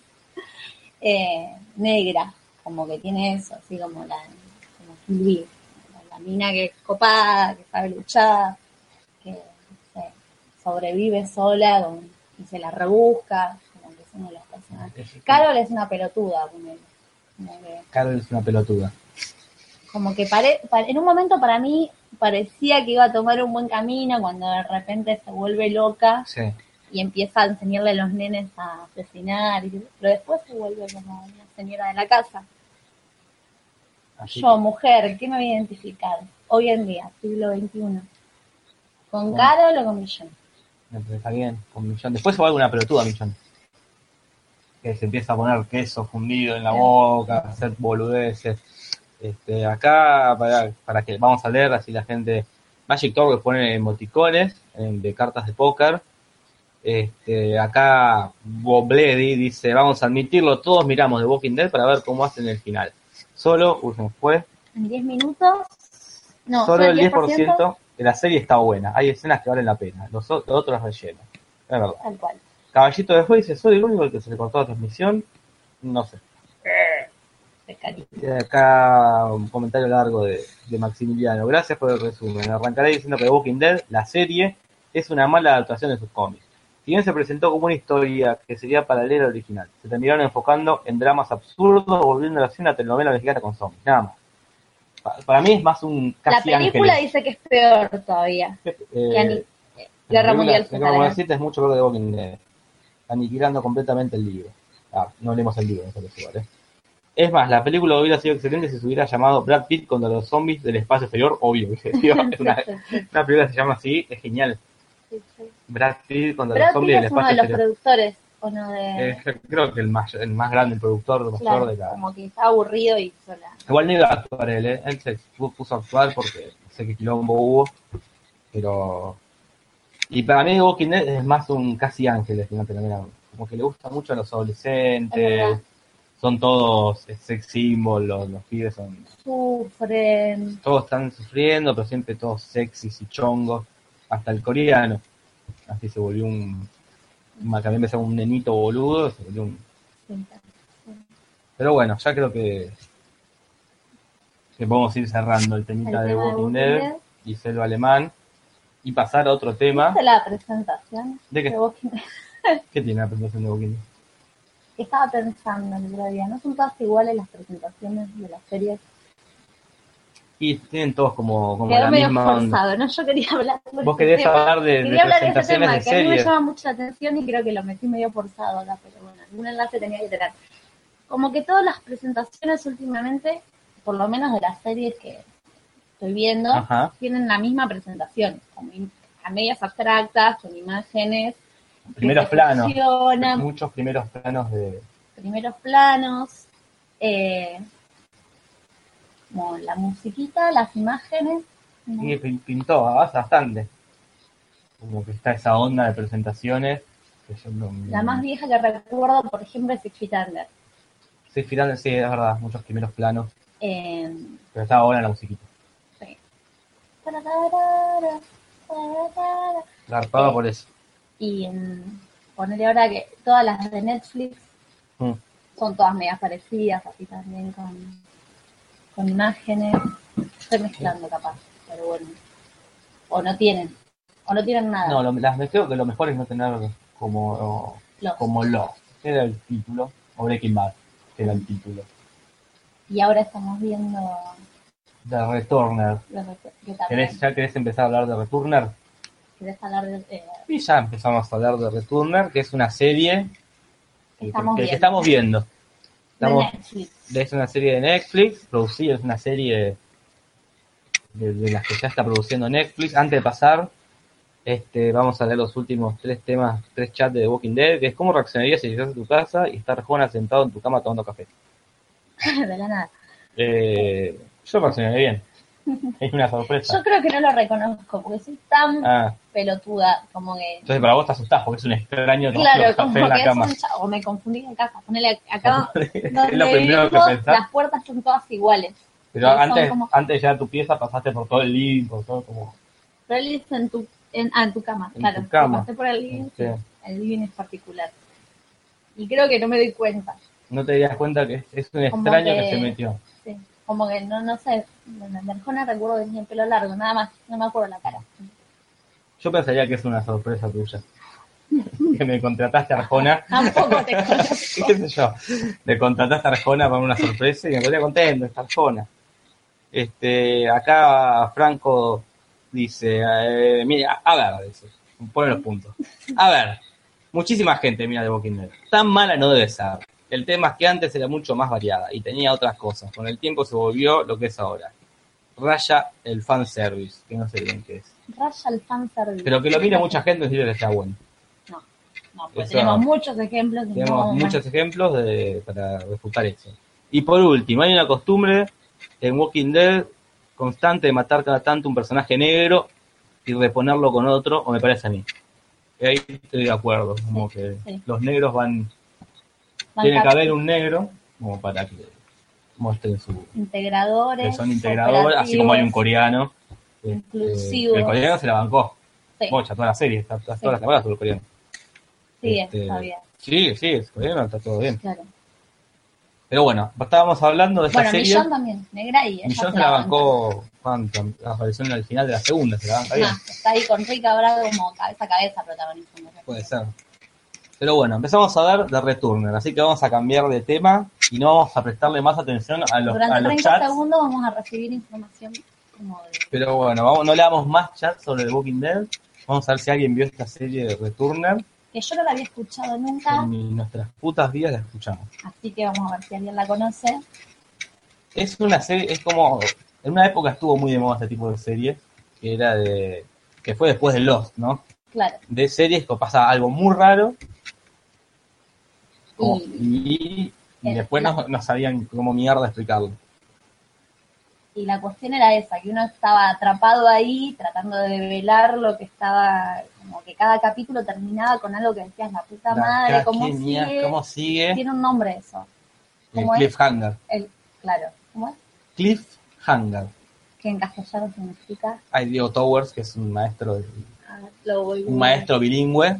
Negra, como que tiene eso, así como la mina que es copada, que sabe luchar, que sobrevive sola y se la rebusca, como que es uno de los personajes. Carol es una pelotuda, Carol es una pelotuda. Como que en un momento para mí parecía que iba a tomar un buen camino cuando de repente se vuelve loca. Sí. Y empieza a enseñarle a los nenes a asesinar, pero después se vuelve como una señora de la casa. Yo, mujer, ¿qué me voy a identificar? Hoy en día, siglo XXI. ¿Con Carol o con Millón? Está bien, con Millón. Después se vuelve una pelotuda Millón. Que se empieza a poner queso fundido en la boca, a hacer boludeces. Acá, para que vamos a leer, así la gente... Magic Tower pone emoticones de cartas de póker. Acá Bobledi dice, vamos a admitirlo, todos miramos The Walking Dead para ver cómo hacen el final. Solo, se nos fue. En 10 minutos No, solo el 10%, 10% de la serie está buena. Hay escenas que valen la pena. Los otros rellenos. Es verdad. tal cual. Caballito de Fuego dice, soy el único al que se le cortó la transmisión. No sé. De cariño. Y acá un comentario largo de Maximiliano. Gracias por el resumen. Arrancaré diciendo que The Walking Dead, la serie, es una mala adaptación de sus cómics. Si bien se presentó como una historia que sería paralela al original, se terminaron enfocando en dramas absurdos, volviendo a hacer una telenovela mexicana con zombies. Nada más. Para mí es más un La casi película Ángeles. dice que es peor todavía. Guerra Mundial La Guerra Mundial Z es mucho peor que The Walking Dead, aniquilando completamente el libro. No leemos el libro, no igual, ¿eh? Es más, la película hubiera sido excelente si se hubiera llamado Brad Pitt contra los zombies del espacio exterior, obvio. Es una película que se llama así, es genial. Brad Pitt contra los Brad Pitt zombies del es uno espacio de los exterior. productores, o no de... Creo que el más grande, el productor mayor Claro, de la... como que está aburrido y sola. Igual no iba a actuar él, ¿eh? Él se puso a actuar porque sé que quilombo hubo, pero... Y para mí The Walking Dead es más un casi Ángeles, que una telenovela. Como que le gusta mucho a los Es adolescentes, verdad. son todos sex symbols, los pibes son... Sufren. Todos están sufriendo, pero siempre todos sexys y chongos. Hasta el coreano. Así se volvió también empezó un nenito boludo, se volvió un... Pero bueno, ya creo que podemos ir cerrando el temita El de tema de Walking Walking Dead Dead. y Selva Alemán y pasar a otro tema. ¿Viste la presentación ¿De qué? Walking Dead? ¿Qué tiene la presentación de Walking Dead? Estaba pensando el otro día, ¿no son todas iguales las presentaciones de las series? Y tienen todos como Quedó la medio misma onda. forzado, ¿no? Yo quería hablar de Vos este querías tema. hablar de Quería hablar de este presentaciones tema, de que a mí me series. llama mucho la atención y creo que lo metí medio forzado acá, pero bueno, algún enlace tenía que tener. Como que todas las presentaciones últimamente, por lo menos de las series que estoy viendo, Ajá. tienen la misma presentación, como a medias abstractas, con imágenes, Primeros que se planos. fusionan, Muchos primeros planos de... primeros planos, como la musiquita, las imágenes. ¿no? Y pintó bastante. Como que está esa onda de presentaciones. Que yo La más vieja que recuerdo, por ejemplo, es Six Feet Under. Sí, final, sí, es verdad, muchos primeros planos. Eh, Pero está buena la musiquita. sí. Garpaba por eso. Y ponerle ahora que todas las de Netflix Mm. son todas medias parecidas, así también con imágenes. Estoy mezclando capaz, pero bueno. O no tienen nada. No, creo que lo mejor es no tener como Lost, que era el título, o Breaking Bad, que era el título. Y ahora estamos viendo The Returner. que también ¿Ya querés empezar a hablar de Returner? querés hablar de Y ya empezamos a hablar de Returner, que es una serie que estamos viendo. de Netflix. Es una serie de Netflix, producida, es una serie de las que ya está produciendo Netflix. Antes de pasar, vamos a leer los últimos 3 chats de The Walking Dead, que es cómo reaccionarías si llegas a tu casa y está Arjona sentado en tu cama tomando café. De la nada. Yo reaccionaría bien. Es una sorpresa. Yo creo que no lo reconozco, porque soy tan pelotuda, como que... Entonces para vos te asustás, porque es un extraño tomando Claro, café como en la que cama. o me confundí de casa. Ponele acá Es donde lo primero que vivimos, pensás. las puertas son todas iguales. Pero Son antes ya de tu pieza pasaste por todo el living, por todo como... Pero él es en tu cama, En claro. tu cama. Pasé por el living, Sí. el living es particular. Y creo que no me doy cuenta. No te darías cuenta que es un Como extraño que se metió. Sí, como que no sé. En Arjona recuerdo que tenía el pelo largo, nada más. No me acuerdo la cara. Yo pensaría que es una sorpresa tuya. Que me contrataste a Arjona. Tampoco te conozco. ¿Qué sé yo? Me contrataste a Arjona para una sorpresa y me ponía contento, está Arjona. Acá Franco dice, mira, a ver, dice, pone los puntos. A ver, muchísima gente mira The Walking Dead. Tan mala no debe ser. El tema es que antes era mucho más variada y tenía otras cosas. Con el tiempo se volvió lo que es ahora. Raya el fanservice, que no sé bien qué es. Raya el fanservice. Pero que lo mire mucha gente y dice que está bueno. No, pues Eso, tenemos muchos ejemplos. Tenemos muchos ejemplos para refutar eso. Y por último, hay una costumbre en Walking Dead constante de matar cada tanto un personaje negro y reponerlo con otro, o me parece a mí. Y ahí estoy de acuerdo, como que los negros tiene que haber un negro como para que muestren integradores, que son integradores, así como hay un coreano inclusivo. El coreano se la bancó. Sí, Bocha, toda la serie, todas las temporadas sobre el coreano. sí, está bien. Sí, el coreano está todo bien. Claro. Pero bueno, estábamos hablando de esta Bueno, serie. Millón también, negra y ella Millón se la bancó, ¿cuánto? Apareció en el final de la segunda, se la banca bien. Está ahí con Rick ahora como cabeza a cabeza protagonizando. Puede ser. Pero bueno, empezamos a ver The Returner, así que vamos a cambiar de tema y no vamos a prestarle más atención a los Durante 30 chats. segundos vamos a recibir información como de... Pero bueno, no le damos más chats sobre The Walking Dead. Vamos a ver si alguien vio esta serie de Returner. Que yo no la había escuchado nunca, En nuestras putas vidas la escuchamos. así que vamos a ver si alguien la conoce. Es una serie, es como... En una época estuvo muy de moda este tipo de series, que era de... que fue después de Lost, ¿no? Claro. De series que pasa algo muy raro Y y después no sabían cómo mierda explicarlo. Y la cuestión era esa, que uno estaba atrapado ahí tratando de develar lo que estaba, como que cada capítulo terminaba con algo que decías, la puta madre, ¿cómo sigue? Tiene un nombre eso. ¿Cómo es? Cliffhanger. Claro, ¿cómo es? Cliffhanger. Que en castellano significa... Hay Diego Towers, que es un maestro, un maestro bilingüe.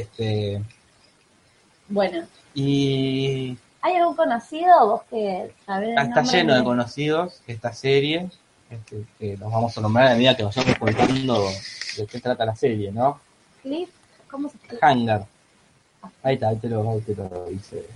Bueno. Y... ¿Hay algún conocido? Vos que sabés el está nombre lleno de conocidos esta serie, que nos vamos a nombrar a medida que vayamos contando de qué trata la serie, ¿no? Cliff, ¿cómo se escribe? Hangar. Ahí está, ahí te lo dice.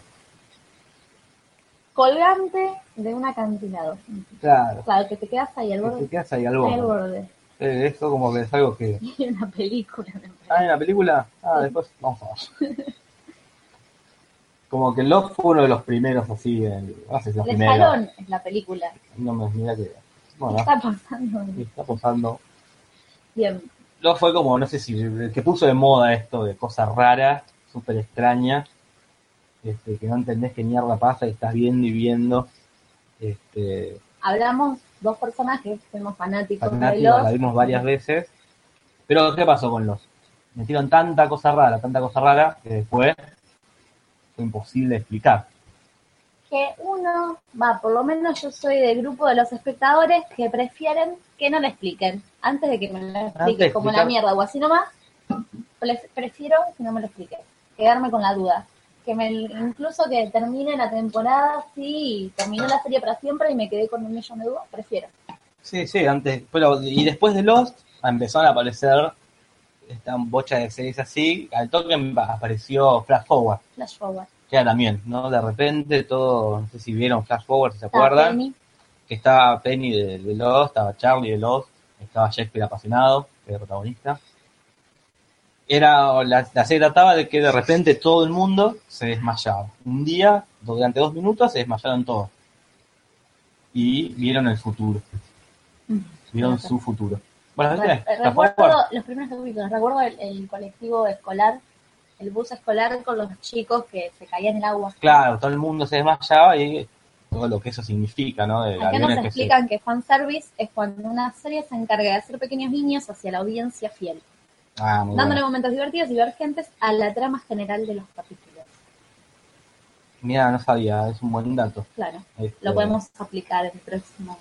Colgante de un acantilado. Claro. Claro, que te quedas ahí al borde. Te quedas ahí al borde. Esto como que es algo que... Hay una película. ¿Hay una película? Después vamos a ver. Como que Lost fue uno de los primeros así, el Escalón es la película. No me mira que... Bueno, está pasando. Está pasando. Bien. Lost fue como, no sé si, el que puso de moda esto de cosas raras, súper extrañas, que no entendés qué mierda pasa y estás viendo y viendo. Hablamos dos personajes, fuimos fanáticos de Lost. La vimos varias veces. Pero, ¿qué pasó con Lost? Metieron tanta cosa rara, que después fue imposible explicar. Que por lo menos yo soy del grupo de los espectadores que prefieren que no le expliquen. Antes de que me lo expliquen como la mierda o así nomás, prefiero que no me lo expliquen. Quedarme con la duda. Incluso que termine la temporada así y terminó la serie para siempre y me quedé con un millón de dudas, prefiero. Sí, antes. Y después de Lost empezaron a aparecer esta bocha de series así. Al toque apareció Flash Forward. Que era también, ¿no? De repente todo, no sé si vieron Flash Forward, si se acuerdan. Penny. Que estaba Penny de Lost, estaba Charlie de Lost, estaba Shakespeare apasionado, que era el protagonista. La serie trataba de que de repente todo el mundo se desmayaba. Un día, durante 2 minutos, se desmayaron todos. Y vieron el futuro. Vieron su futuro. Bueno, recuerdo los primeros capítulos, recuerdo el colectivo escolar, el bus escolar con los chicos que se caían en el agua. Claro, todo el mundo se desmayaba y todo lo que eso significa, ¿no? Acá nos explican que fanservice es cuando una serie se encarga de hacer pequeños guiños hacia la audiencia fiel. Dándole momentos divertidos y divergentes a la trama general de los capítulos. Mira, no sabía, es un buen dato. Claro, lo podemos aplicar en el próximo.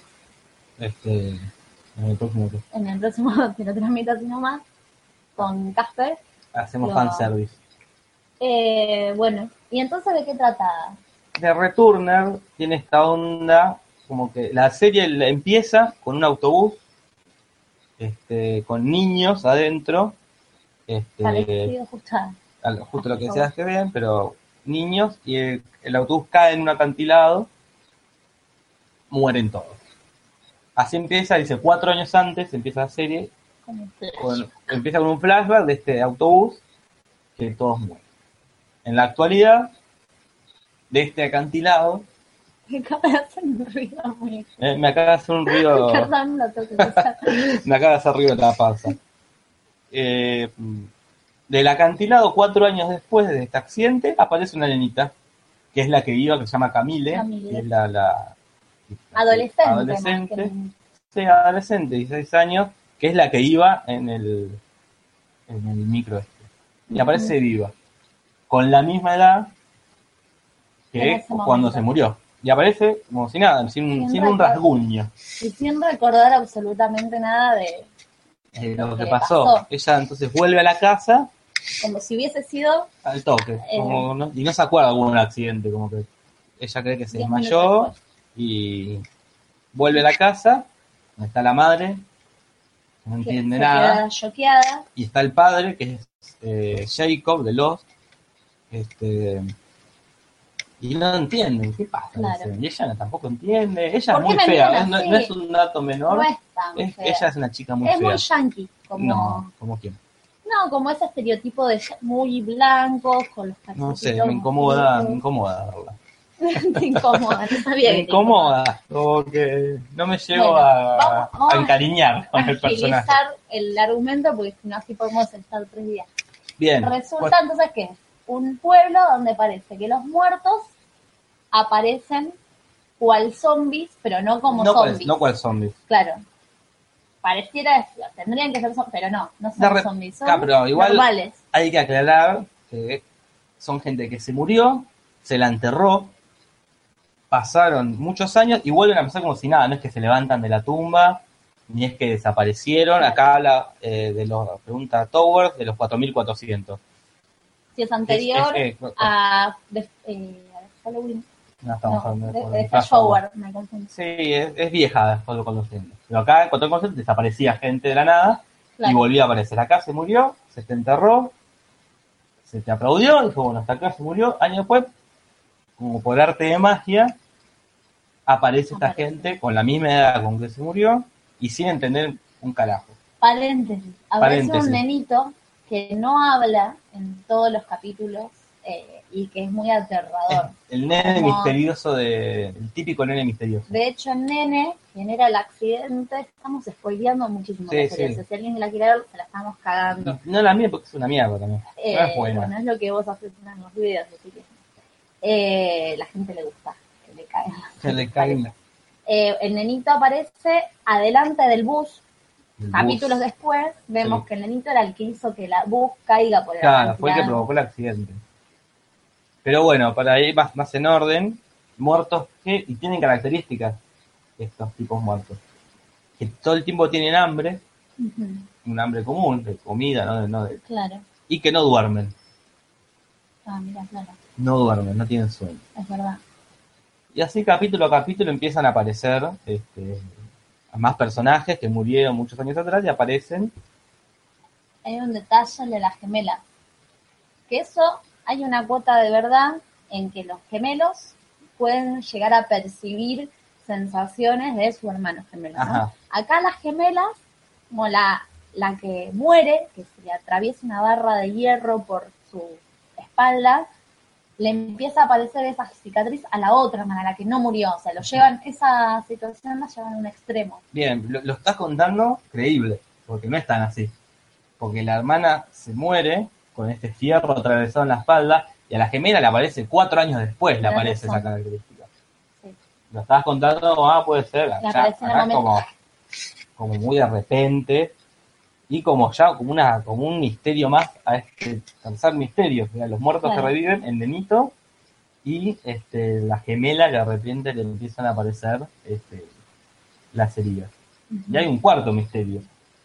En el próximo te lo transmito así nomás, con Casper. Hacemos fanservice. Bueno, ¿y entonces de qué trata? The Returner tiene esta onda, como que la serie empieza con un autobús, con niños adentro. Parecido justo lo que decías que ven, pero niños, y el autobús cae en un acantilado, mueren todos. Así empieza, dice 4 años antes, empieza la serie, empieza con un flashback de este autobús, que todos mueren. En la actualidad, de este acantilado, me acaba de hacer un ruido muy... me acaba de hacer un ruido... Perdón, lo tengo que usar. Me acaba de hacer ruido en la panza. Del acantilado, 4 años después de este accidente, aparece una nenita, que es la que viva, que se llama Camille. Que es la adolescente. Sí, adolescente, 16 años, que es la que iba en el micro y aparece viva, con la misma edad que cuando se murió. Y aparece como si nada, sin un rasguño. Y sin recordar absolutamente nada de lo que pasó. Ella entonces vuelve a la casa como si hubiese sido al toque, y no se acuerda de un accidente, como que ella cree que se 10 desmayó minutos y vuelve a la casa, donde está la madre, que no que entiende se nada, queda choqueada. y está el padre, que es Jacob de Lost, y no entienden qué pasa. Claro. Y ella tampoco entiende, ella es ¿Por qué muy me fea, miran no así? es un dato menor, No es tan fea. ella es una chica muy Es fea. muy yankee, como... No, ¿como quién? No, como ese estereotipo de muy blancos, con los cachetitos. No sé, me incomoda verla. Te incomoda, no sabía Me que te incomoda. incomoda, como que no me llego Bueno, a vamos encariñar con el personaje. Agilizar el argumento porque si no así podemos estar 3 días. Bien. Resulta entonces que es un pueblo donde parece que los muertos aparecen cual zombies, pero no como zombies. No cual zombies. Claro. Pareciera, tendrían que ser zombies, pero no son zombies, son pero igual normales. hay que aclarar que son gente que se murió, se la enterró, pasaron muchos años y vuelven a empezar como si nada, no es que se levantan de la tumba, ni es que desaparecieron. Claro. Acá habla pregunta Towers, de los 4400. Si es anterior a Halloween. No estamos hablando de Flash Forward, me confundo. Sí, es vieja cuando conociendo. Pero acá en 4400 desaparecía gente de la nada, claro, y volvía a aparecer. Acá se murió, se te enterró, se te aplaudió, dijo, bueno, hasta acá se murió. Años después, como por arte de magia, aparece esta gente con la misma edad con que se murió y sin entender un carajo. Paréntesis. Aparece un nenito que no habla en todos los capítulos y que es muy aterrador. El nene misterioso, el típico nene misterioso. De hecho, el nene genera el accidente. Estamos spoileando muchísimo la serie. Sí. Si alguien la quiere ver, se la estamos cagando. No la mía porque es una mierda también. No es buena. Bueno, es lo que vos haces en los videos, así que la gente le gusta que le caigan. Que le caigan. El nenito aparece adelante del bus. Capítulos después vemos que el nenito era el que hizo que la bus caiga por el Claro, acantilado. fue el que provocó el accidente. Pero bueno, para ir más en orden, muertos y tienen características estos tipos muertos. Que todo el tiempo tienen hambre, un hambre común, de comida, claro. Y que no duermen. Ah, mira, claro. No duermen, no tienen sueño. Es verdad. Y así capítulo a capítulo empiezan a aparecer más personajes que murieron muchos años atrás y aparecen. Hay un detalle de las gemelas. Que eso, hay una cuota de verdad en que los gemelos pueden llegar a percibir sensaciones de su hermano gemelo, ¿no? Acá las gemelas, como la que muere, que se le atraviesa una barra de hierro por su espalda, le empieza a aparecer esa cicatriz a la otra hermana, a la que no murió. O sea, esa situación la llevan a un extremo. Bien, lo estás contando creíble, porque no es tan así. Porque la hermana se muere con este fierro atravesado en la espalda y a la gemela le aparece 4 años después, le aparece esa característica. Sí. Lo estabas contando, puede ser. Acá es como muy de repente y como ya como un misterio más a este tercer misterio. Mira, los muertos que reviven, el nenito y la gemela que de repente le empiezan a aparecer las heridas. Y hay un cuarto misterio.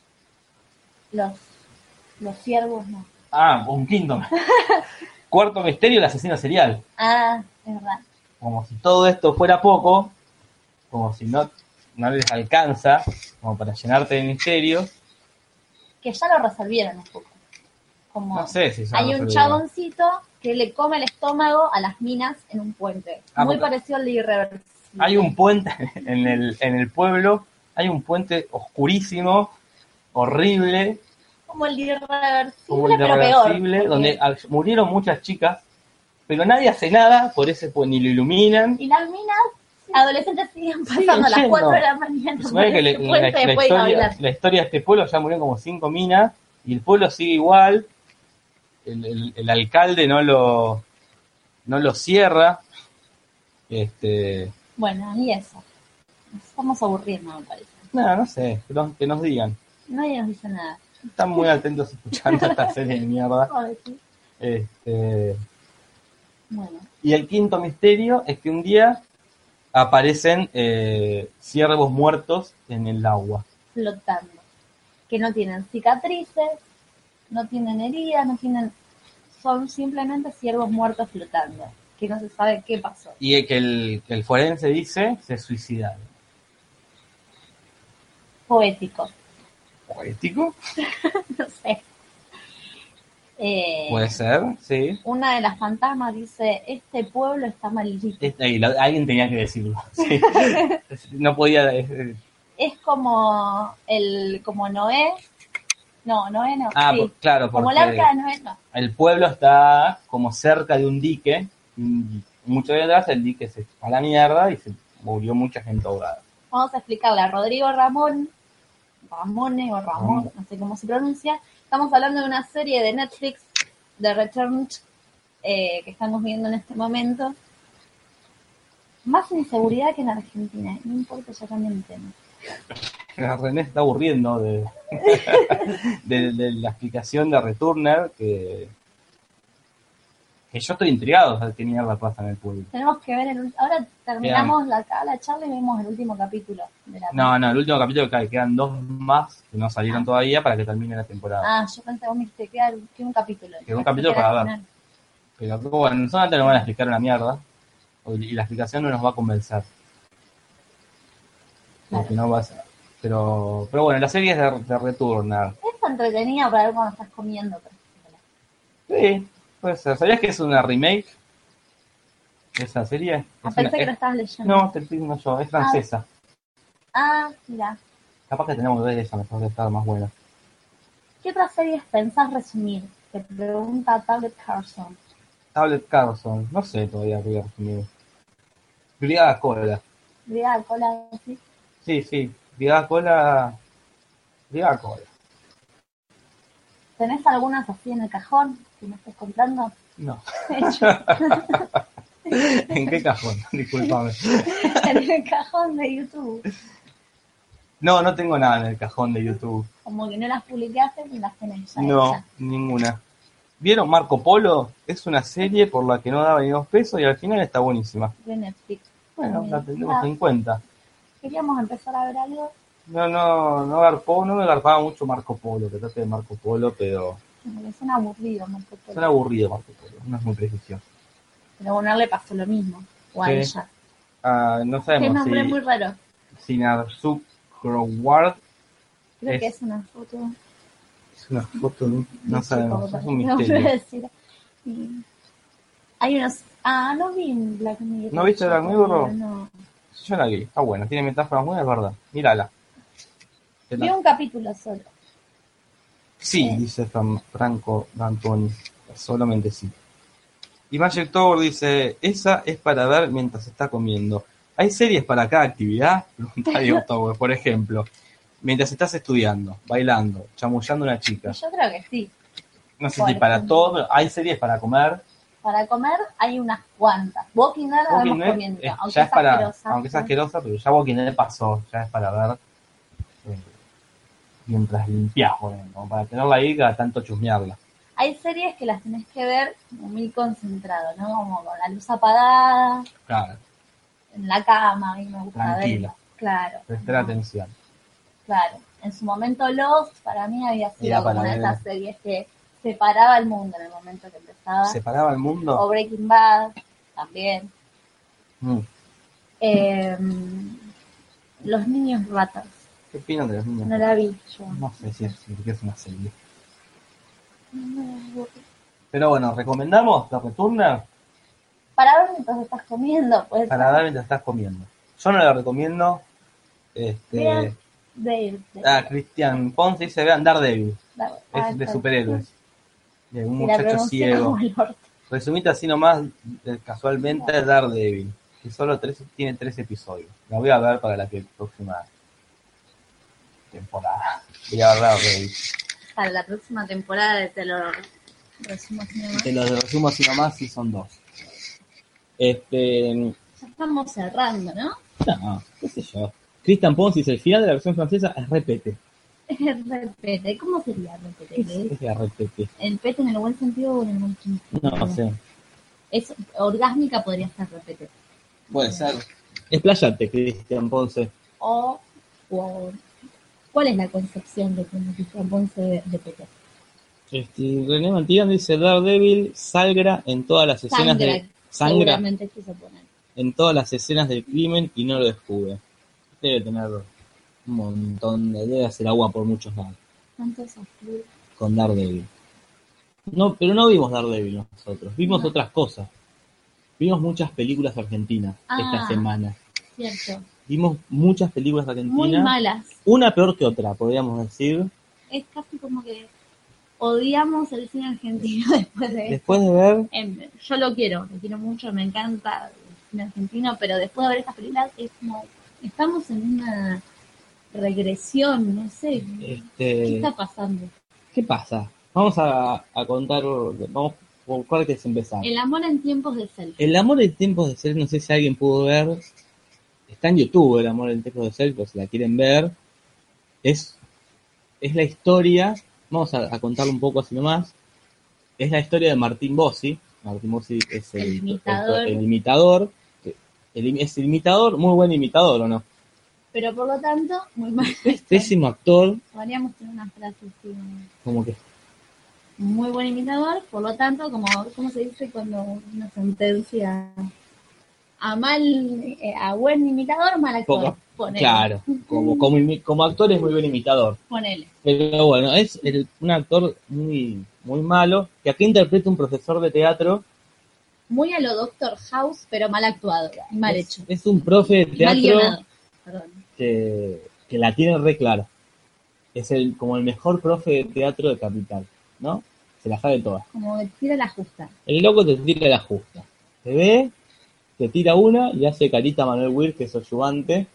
Los ciervos no. Un quinto. Cuarto misterio, el asesino serial. Es verdad. Como si todo esto fuera poco, como si no les alcanza, como para llenarte de misterios. Que ya lo resolvieron un poco. Como no sé si ya hay un chaboncito que le come el estómago a las minas en un puente. Muy parecido al de Irreversible. Hay un puente en el pueblo, hay un puente oscurísimo, horrible. Como el de Irreversible, pero peor. Donde murieron muchas chicas, pero nadie hace nada por ese puente, ni lo iluminan. Y las minas adolescentes siguen pasando a las 4 de la mañana. La historia de este pueblo ya murieron como 5 minas y el pueblo sigue igual. El alcalde no lo cierra. Bueno, a mí eso. Nos estamos aburriendo, me parece. No sé, que nos digan. Nadie nos dice nada. Están muy atentos escuchando esta serie de mierda. Bueno. Y el quinto misterio es que un día aparecen ciervos muertos en el agua. Flotando. que no tienen cicatrices, no tienen heridas, son simplemente ciervos muertos flotando, que no se sabe qué pasó. Y que el forense dice se suicidaron. Poético, ¿Poético? no sé. Puede ser, sí. Una de las fantasmas dice, este pueblo está maldito. Alguien tenía que decirlo. Sí. No podía... Es como Noé. No, Noé no. Ah, sí. claro, como porque el arca de Noé no. el pueblo está como cerca de un dique. Mucho detrás el dique se fue a la mierda y se murió mucha gente ahogada. Vamos a explicarle a Rodrigo Ramone o Ramón, no sé cómo se pronuncia. Estamos hablando de una serie de Netflix, de Returned, que estamos viendo en este momento. Más inseguridad que en Argentina, no importa, ya cambié el tema. René está aburriendo de la explicación de Returner, que yo estoy intrigado, o sea, qué mierda pasa en el pueblo. Tenemos que ver ahora terminamos la charla y vemos el último capítulo de la No, el último capítulo quedan 2 más que no salieron todavía para que termine la temporada. Yo pensé que vos me dijiste queda un capítulo. Queda un capítulo para ver. Pero bueno, solamente nos van a explicar una mierda y la explicación no nos va a convencer. Claro. Porque no va a ser. Pero bueno, la serie es de Returner. Es entretenida para ver cuando estás comiendo. Sí, puede ser. ¿Sabías que es una remake de esa serie? Pensé que lo estabas leyendo. No, te estoy diciendo yo, es francesa. Mira. Capaz que tenemos que ver esa, mejor que estar más buena. ¿Qué otras series pensás resumir? Te pregunta Tablet Carson. Tablet Carson, no sé todavía qué voy a resumir. Brigada Cola. Brigada Cola, ¿sí? Sí, Brigada Cola. ¿Tenés algunas así en el cajón que me estés comprando? No. ¿En qué cajón? Disculpame. En el cajón de YouTube. No tengo nada en el cajón de YouTube. Como que no las publicaste y las tenés ya. No, hechas. ninguna. ¿Vieron Marco Polo? Es una serie por la que no daba ni 2 pesos y al final está buenísima. De Netflix. Bueno, la tendremos en cuenta. Queríamos empezar a ver algo. No me garpaba mucho Marco Polo, que trate de Marco Polo, pero... Me suena aburrido Marco Polo. Suena aburrido Marco Polo, no es muy precisión. Pero bueno, le pasó lo mismo. O a ella. No sabemos Qué nombre muy raro. Sinarsuk Groward. Creo que es una foto. Es una foto, no sabemos, es un No misterio. puedo decir. Hay unos... no vi Black Mirror. ¿No viste Black Mirror? No. Yo la vi, está buena, tiene metáforas buenas, es verdad. Mírala. Vi un capítulo solo. Sí, dice Franco D'Antoni, solamente sí. Y Magic Tower dice, esa es para ver mientras está comiendo. ¿Hay series para cada actividad? Pregunta Diego Tower, por ejemplo. Mientras estás estudiando, bailando, chamullando a una chica. Yo creo que sí. No sé si para todo, pero hay series para comer. Para comer hay unas cuantas. Walking Dead la vemos comiendo. Aunque es asquerosa, pero ya Walking Dead pasó. Ya es para ver mientras limpias, como para tenerla ahí cada tanto chusmearla. Hay series que las tenés que ver como muy concentrado, ¿no? Como con la luz apagada. Claro. En la cama, a mí me gusta Tranquila. ver. Claro. Prestar atención. Claro. En su momento Lost para mí había sido como una de esas ver. series que separaba el mundo en el momento que empezaba. ¿Separaba el mundo? O Breaking Bad también. Los niños ratas. ¿Qué opinan de los niños? No la vi yo. No sé si es una serie. Pero bueno, ¿recomendamos The Returner? Para ver mientras estás comiendo, pues. Para ver mientras estás comiendo. Yo no la recomiendo. Vean Daredevil. Cristian Ponce dice, vean Daredevil. Es de superhéroes. De un muchacho ciego. Resumite así nomás, casualmente, Daredevil. Que solo tiene 3 episodios. La voy a ver para la próxima temporada. Voy a ver Daredevil. Para la próxima temporada te lo resumo así nomás. Te lo resumo así nomás, sí son 2. Ya estamos cerrando, ¿no? No, qué sé yo. Cristian Pons dice, el final de la versión francesa es repete. Repete, ¿cómo sería repete? ¿Qué es repete? ¿El pete en el buen sentido o en el mal sentido? No sé. Es orgásmica, podría estar repete. Puede ser. Expláyate, Cristian Ponce. O ¿Cuál es la concepción que tiene Cristian Ponce de Peter? René Mantillán dice Daredevil sangra en todas las escenas sangra seguramente quiso poner. en todas las escenas del crimen y no lo descubre. Debe tener un montón debe hacer agua por muchos lados. ¿Cuántos afluos? Con Daredevil. No, pero no vimos Daredevil nosotros, vimos otras cosas. Vimos muchas películas argentinas esta semana. Cierto. Vimos muchas películas argentinas. Muy malas. Una peor que otra, podríamos decir. Es casi como que odiamos el cine argentino después de ver. Yo lo quiero mucho, me encanta el cine argentino, pero después de ver estas películas es como, estamos en una regresión, no sé. ¿Qué está pasando? ¿Qué pasa? Vamos a contar, vamos por cuál que es empezar. El amor en tiempos de selfie. El amor en tiempos de selfie, no sé si alguien pudo ver. Está en YouTube, El amor en tiempos de selfie, por si la quieren ver. Es la historia, vamos a contarlo un poco así nomás. Es la historia de Martín Bossi. Martín Bossi es el imitador. Es el imitador, muy buen imitador, ¿o no? Pero por lo tanto, muy mal. Es pésimo actor. Podríamos tener una frase así. ¿Cómo que? Muy buen imitador, por lo tanto, ¿cómo se dice cuando una sentencia a buen imitador, mal actor? Claro, como actor es muy buen imitador. Ponele. Pero bueno, es un actor muy, muy malo, que aquí interpreta un profesor de teatro. Muy a lo Doctor House, pero mal actuado y mal hecho. Es un profe de teatro que la tiene re clara. Es como el mejor profe de teatro de Capital, ¿no? Se la sabe todas. Como que tira la justa. El loco te tira la justa. Te ve, te tira una y hace carita a Manuel Weir, que es su ayudante.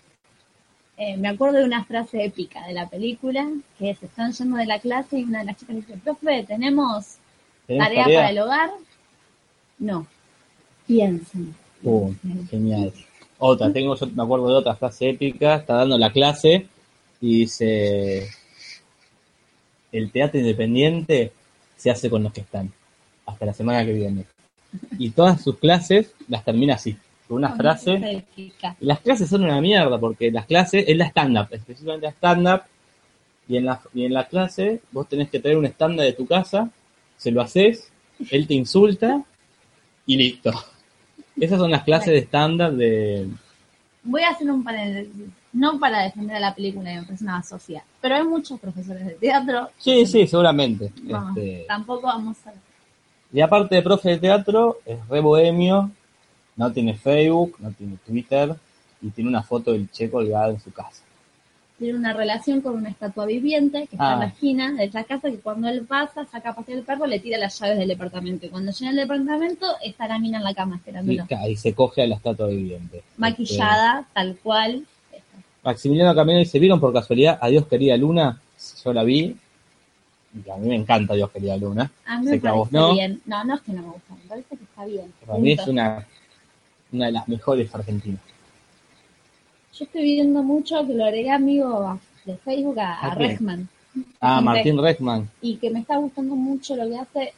Me acuerdo de una frase épica de la película, que se están yendo de la clase y una de las chicas dice, profe, ¿tenemos tarea para el hogar? No. Piensen. Genial. Otra, yo me acuerdo de otra frase épica, está dando la clase y dice, el teatro independiente se hace con los que están, hasta la semana que viene. Y todas sus clases las termina así, con una frase. Y las clases son una mierda, porque las clases es la stand-up, específicamente la stand-up, y en la clase vos tenés que traer un stand-up de tu casa, se lo haces, él te insulta, y listo. Esas son las clases de stand-up de... Voy a hacer un paréntesis, no para defender a la película de persona social, pero hay muchos profesores de teatro. Sí, seguramente. Tampoco vamos a... Y aparte de profe de teatro, es re bohemio, no tiene Facebook, no tiene Twitter, y tiene una foto del Che colgada en su casa. Tiene una relación con una estatua viviente que está en la esquina de esa casa, que cuando él pasa, saca a pasear el perro, le tira las llaves del departamento. Y cuando llega al departamento, está la mina en la cama esperándolo. Y se coge a la estatua viviente. Maquillada, tal cual. Maximiliano Camino dice, ¿vieron por casualidad Adiós querida Luna? Yo la vi, y a mí me encanta Adiós querida Luna. A mí me parece bien. No es que no me gusta, me parece que está bien. Para mí es una de las mejores argentinas. Yo estoy viendo mucho, que lo agregué amigo de Facebook a Rechman. Martín Rechman. Y que me está gustando mucho lo que hace.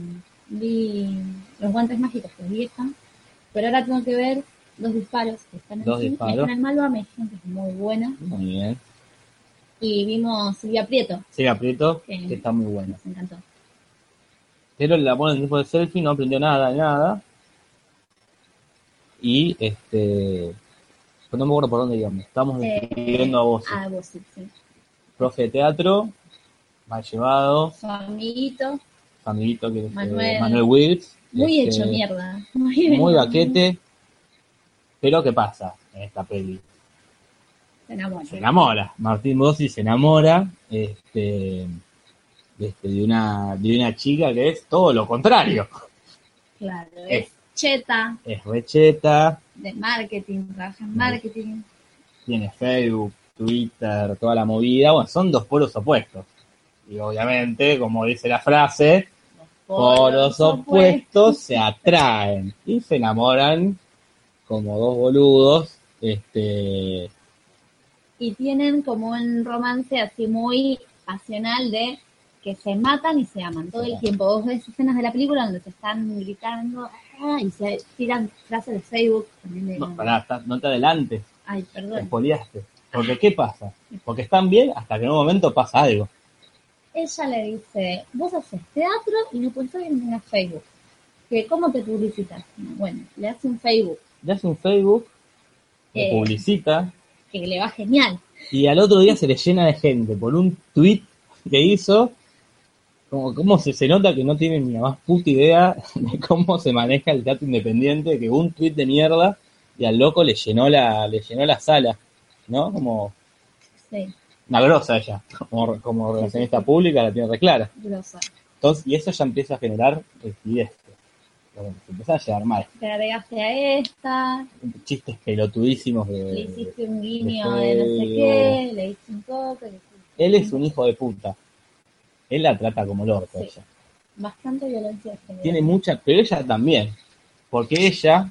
Vi Los guantes mágicos, que es vieja, pero ahora tengo que ver Dos disparos, que están en el Malva, que es muy buena. Muy bien. Y vimos Silvia Prieto. Que está muy buena. Me encantó. Pero el amor en tiempo de selfie no aprendió nada de nada. Y no me acuerdo por dónde íbamos. Estamos viendo a vos. Sí. Profe de teatro, mal llevado. Su amiguito que es Manuel Wills. Muy hecho mierda. Muy baquete. Pero ¿qué pasa en esta peli? Se enamora. Martín Bossi se enamora de una chica que es todo lo contrario. Claro, es cheta. Es recheta. De marketing, trabaja en marketing. Tiene Facebook, Twitter, toda la movida. Bueno, son dos polos opuestos. Y obviamente, como dice la frase, polos opuestos se atraen y se enamoran como dos boludos. Y tienen como un romance así muy pasional de que se matan y se aman todo el tiempo. Vos ves escenas de la película donde se están gritando y se tiran frases de Facebook. No, pará, no te adelantes. Ay, perdón. Te espoliaste. Porque ¿qué pasa? Porque están bien hasta que en un momento pasa algo. Ella le dice, vos haces teatro y no puedes saber que tengas Facebook. ¿Cómo te publicitas? Bueno, le hace un Facebook. Le hace un Facebook, le eh, publicita, que le va genial. y al otro día se le llena de gente por un tweet que hizo. Como se nota que no tiene ni la más puta idea de cómo se maneja el teatro independiente, que un tweet de mierda y al loco le llenó la sala, ¿no? Como Sí, una grosa ella, como relacionista pública la tiene re clara. grosa. Entonces, y eso ya empieza a generar rigidez. Se empieza a llevar mal. Te agregaste a esta, Chistes pelotudísimos le hiciste un guiño de de no sé feo. qué, le diste un toque. Él es un hijo de puta. Él la trata como el orto, Sí. ella. Bastante violencia de género. Tiene mucha, pero ella también. Porque ella,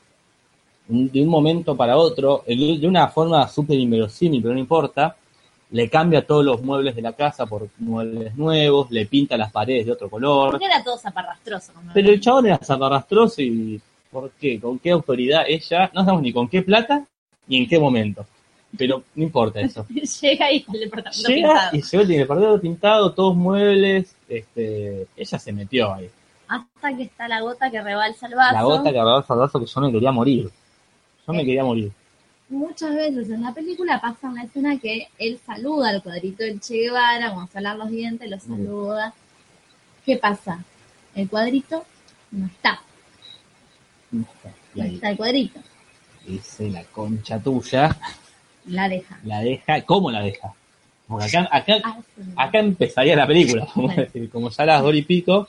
de un momento para otro, de una forma súper inverosímil, pero no importa, le cambia todos los muebles de la casa por muebles nuevos, le pinta las paredes de otro color. Porque era todo zaparrastroso. Pero el chabón era zaparrastroso y ¿por qué? ¿Con qué autoridad ella? No sabemos ni con qué plata ni en qué momento. Pero no importa eso. Llega y con el departamento Llega pintado. y se ve el departamento pintado, todos muebles. Ella se metió ahí. Hasta que está la gota que rebalsa el vaso. La gota que agarró el fardazo que yo me quería morir. Yo me quería morir. Muchas veces en la película pasa una escena que él saluda al cuadrito del Che Guevara, cuando se lavan los dientes, lo saluda. ¿Qué pasa? El cuadrito no está. Y No ahí está el cuadrito. dice la concha tuya, La deja. la deja. ¿Cómo la deja? Porque Ah, sí. acá empezaría la película, vamos a Bueno. decir, como ya a las 2 y pico,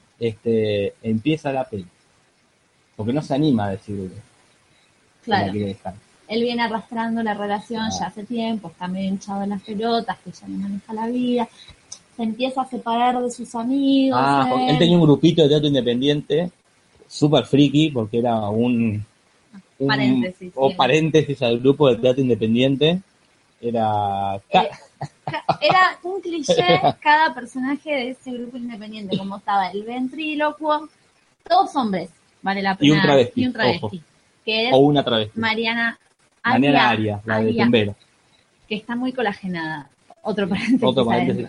empieza la película. Porque no se anima a decirle que Claro. la quiere dejar. Él viene arrastrando la relación ya hace tiempo, está medio hinchado en las pelotas, que ya no maneja la vida, se empieza a separar de sus amigos. Porque él tenía un grupito de teatro independiente, súper friki, porque era un Paréntesis, o sí. paréntesis al grupo de teatro independiente. Era Era un cliché cada personaje de ese grupo independiente, como estaba el ventrílocuo, todos hombres, vale la pena. Y un travesti, Y un travesti, ojo. que es o una travesti. Mariana Aria, la de Aria, Tumbero. que está muy colagenada. Otro paréntesis. Otro paréntesis.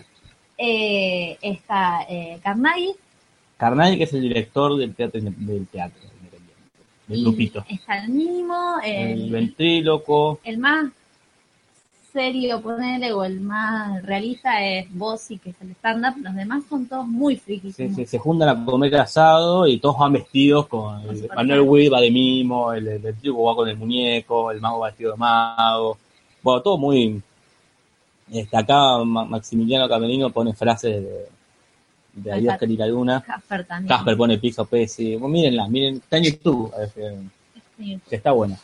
Está Carnaghi. Carnaghi, que es el director del teatro independiente, del Y grupito. está el mínimo, El ventríloco. el más serio, ponele, o el más realista es Bossi, que es el stand-up. Los demás son todos muy frikis. Se juntan a comer asado y todos van vestidos con Manuel Witt va de mimo, el ventríloco va con el muñeco, el mago va vestido de mago. Bueno, todo muy... acá Maximiliano Camerino pone frases de Adiós querida luna. Casper también. Casper pone piso Pesi. Mírenla, miren, está en YouTube. Sí. Que está buena.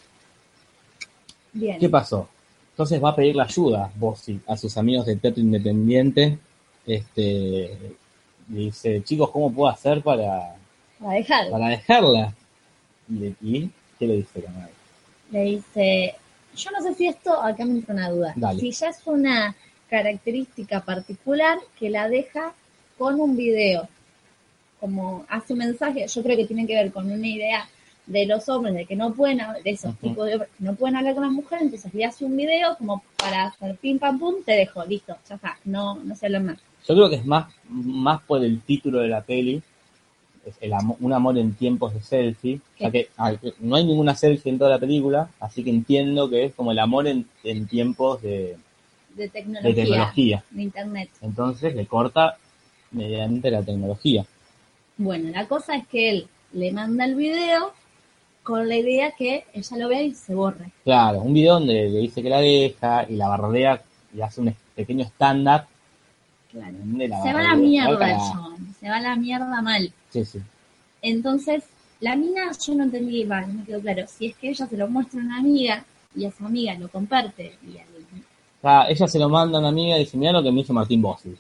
Bien. ¿Qué pasó? Entonces va a pedir la ayuda, Bossi, a sus amigos del teatro independiente. Le dice, chicos, ¿cómo puedo hacer para dejarla? ¿Y qué le dice Canal? Le dice, yo no sé si esto, acá me entra una duda. Dale. Si ya es una característica particular que la deja con un video, como hace un mensaje, yo creo que tiene que ver con una idea de los hombres, de que no pueden, de esos tipos de hombres, que no pueden hablar con las mujeres, entonces le hace un video como para hacer pim pam pum, te dejo, listo, ya está, no se habla más. Yo creo que es más por el título de la peli, es un amor en tiempos de selfie, o sea que no hay ninguna selfie en toda la película, así que entiendo que es como el amor en tiempos de tecnología, de internet. Entonces le corta mediante la tecnología. Bueno, la cosa es que él le manda el video con la idea que ella lo vea y se borre. Claro, un video donde le dice que la deja y la bardea y hace un pequeño stand-up. Claro. Se va a la mierda el chabón, se va a la mierda mal. Sí, sí. Entonces, la mina, yo no entendí, no me quedó claro, si es que ella se lo muestra a una amiga y esa amiga lo comparte. Ella se lo manda a una amiga y dice, mira lo que me hizo Martín Bossi.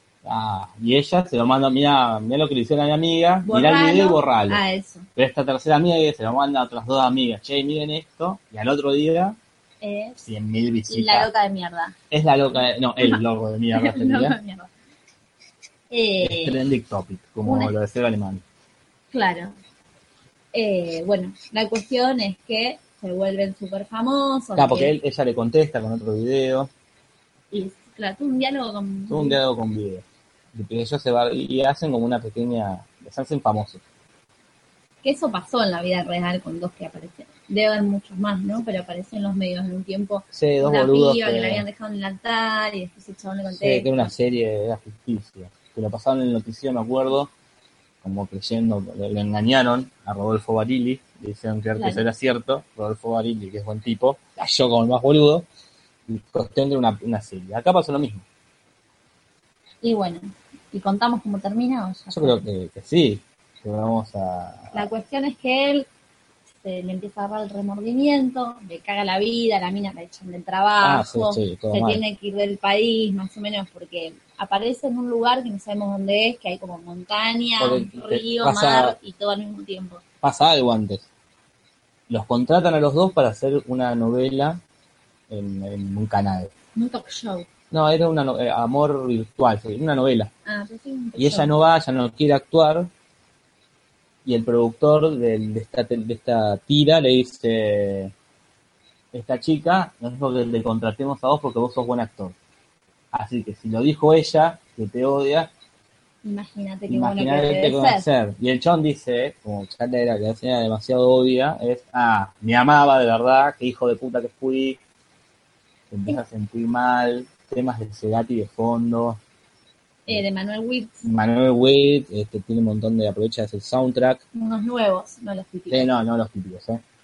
Y ella se lo manda, mira lo que le hicieron a mi amiga, mirá el video y borralo. Eso. Pero esta tercera amiga se lo manda a otras dos amigas, che, miren esto, y al otro día 100.000 visitas. Y la loca de mierda. Es la loca el loco de mierda. El loco de mierda. Es trending topic, como lo decía el alemán. Claro. Bueno, la cuestión es que se vuelven súper famosos. Claro, porque ella le contesta con otro video. Y claro, tuvo un diálogo con... Tuvo un diálogo con video. Y ellos se van y hacen como una pequeña... Se hacen famosos. Que eso pasó en la vida real con dos que aparecieron. Debe haber muchos más, ¿no? Pero apareció en los medios en un tiempo. Sí, dos una boludos piba que le habían dejado en el altar y después el chabón le Sí, que contesta. era una serie, era ficticia. Que lo pasaban en el noticiero, me acuerdo, como creyendo, le engañaron a Rodolfo Barili, le hicieron creer que eso era cierto. Rodolfo Barili, que es buen tipo, cayó como el más boludo, y cuestión de una serie. Acá pasó lo mismo. Y bueno, ¿y contamos cómo termina o ya? Yo creo que sí, que vamos a... La cuestión es que él se le empieza a dar el remordimiento, le caga la vida, la mina la echan del trabajo, sí, se tiene que ir del país, más o menos, porque aparece en un lugar que no sabemos dónde es, que hay como montaña, río, mar y todo al mismo tiempo. Pasa algo antes. Los contratan a los dos para hacer una novela en un canal. Un talk show. No, era amor virtual, una novela. Pero sí, y ella no va, ella no quiere actuar. Y el productor de esta tira le dice: esta chica, nos dijo que te contratemos a vos porque vos sos buen actor. Así que si lo dijo ella, que te odia, imagínate qué bueno que hacer. Y el chon dice, como ya la escena demasiado obvia, me amaba de verdad, qué hijo de puta que fui, te empieza a sentir mal, temas de Cerati de fondo. De Manuel Witt. Manuel Witt, tiene un montón de aprovecha de hacer soundtrack. Unos nuevos, no los típicos. No los típicos,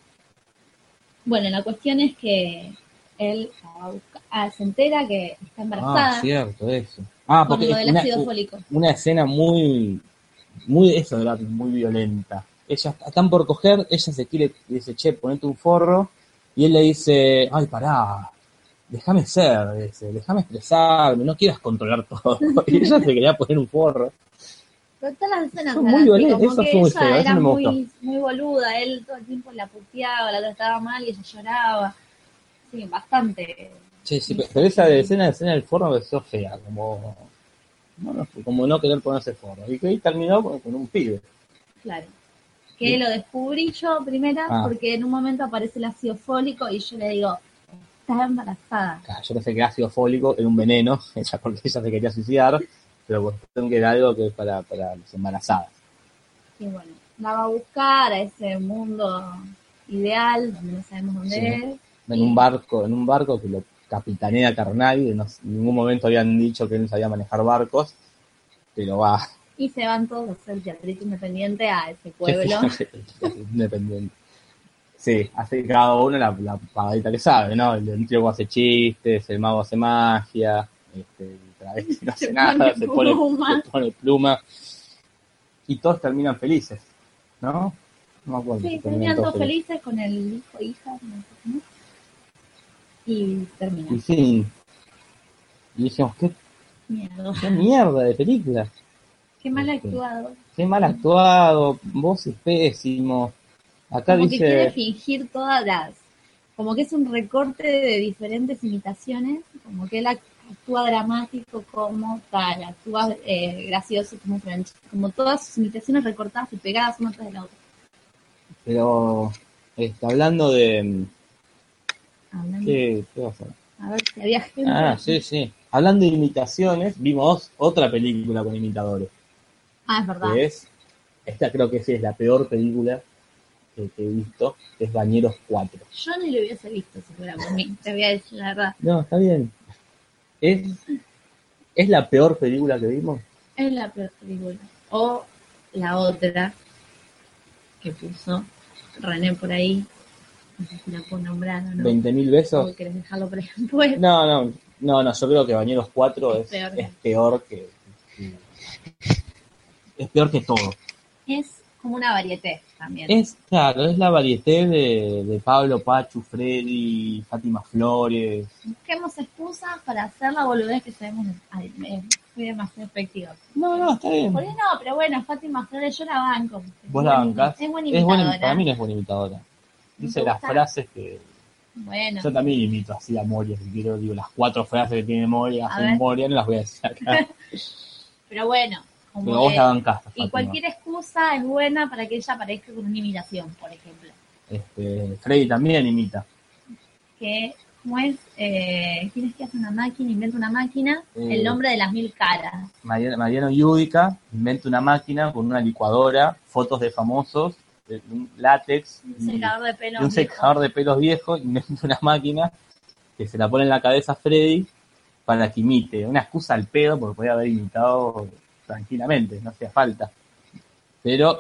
Bueno, la cuestión es que él se entera que está embarazada. Cierto, eso. Porque lo del ácido fólico. Una escena muy eso de muy violenta. Ella están por coger, ella se quiere, dice, che, ponete un forro, y él le dice, ay, pará, déjame ser, déjame expresarme, no quieras controlar todo. Y ella se quería poner un forro. Pero todas las escenas son muy violentas, eso fue muy feo, era eso no me gustó. Muy boluda, él todo el tiempo la puteaba, la trataba mal y ella lloraba. Sí, bastante. Sí, pero esa escena del forro me pareció fea, como no querer ponerse forro. Y que ahí terminó con un pibe. Claro. Que lo descubrí yo primero porque en un momento aparece el ácido fólico y yo le digo, está embarazada. Claro, yo pensé que ácido fólico era un veneno, porque ella se quería suicidar, pero cuestión que era algo que es para las embarazadas. Y bueno, la va a buscar a ese mundo ideal, donde no sabemos dónde es. En un barco que lo capitanea Carnal, en ningún momento habían dicho que él no sabía manejar barcos, pero va. Y se van todos a hacer teatrito independiente a ese pueblo. Independiente. Sí, hace cada uno la pagadita que sabe, ¿no? El ventríloco hace chistes, el mago hace magia, el travesti no hace nada, se pone pluma. Y todos terminan felices, ¿no? No me acuerdo. Sí, terminan todos felices con el hijo, hija, no. Y terminan. Y sí. Y dijimos, qué mierda de película. Qué mal actuado. Qué mal actuado, voces pésimo. Acá como dice... que quiere fingir todas las... Como que es un recorte de diferentes imitaciones, como que él actúa dramático como tal, actúa gracioso como French, como todas sus imitaciones recortadas y pegadas una tras de la otra. Pero, hablando de... ¿Qué va a hacer? A ver si había gente. Sí. Hablando de imitaciones, vimos otra película con imitadores. Es verdad. Esta creo que sí es la peor película que he visto, que es Bañeros 4. Yo ni lo hubiese visto si fuera por mí, te voy a decir la verdad. No, está bien. ¿Es la peor película que vimos? Es la peor película. O la otra que puso René por ahí. No sé si la puedo nombrar o no. 20.000 besos. ¿O querés dejarlo por ejemplo? No, yo creo que Bañeros 4 es peor que... Es peor que todo. Es como una varieté también. Es la varieté de Pablo, Pachu, Freddy, Fátima Flores. Busquemos excusas para hacer la boludez que sabemos. Fui demasiado efectivo. No, está bien. ¿Por qué no? Pero bueno, Fátima Flores yo la banco. ¿Vos la bancás? Es buena imitadora. Para mí no es buena imitadora. Dice las frases que... Bueno. Yo también imito así a Moria, si quiero, digo, las 4 frases que tiene Moria, no las voy a decir acá. Pero bueno. Como pero vos la bancaste, y cualquier excusa es buena para que ella aparezca con una imitación, por ejemplo. Freddy también imita. ¿Cómo es? Tienes que hacer una máquina, inventa una máquina, el nombre de las 1000 caras. Mariano Yudica inventa una máquina con una licuadora, fotos de famosos, un látex, Un secador de pelos. y un secador de pelos viejo, inventa una máquina que se la pone en la cabeza a Freddy para que imite. Una excusa al pedo, porque podía haber imitado tranquilamente, no hacía falta. Pero,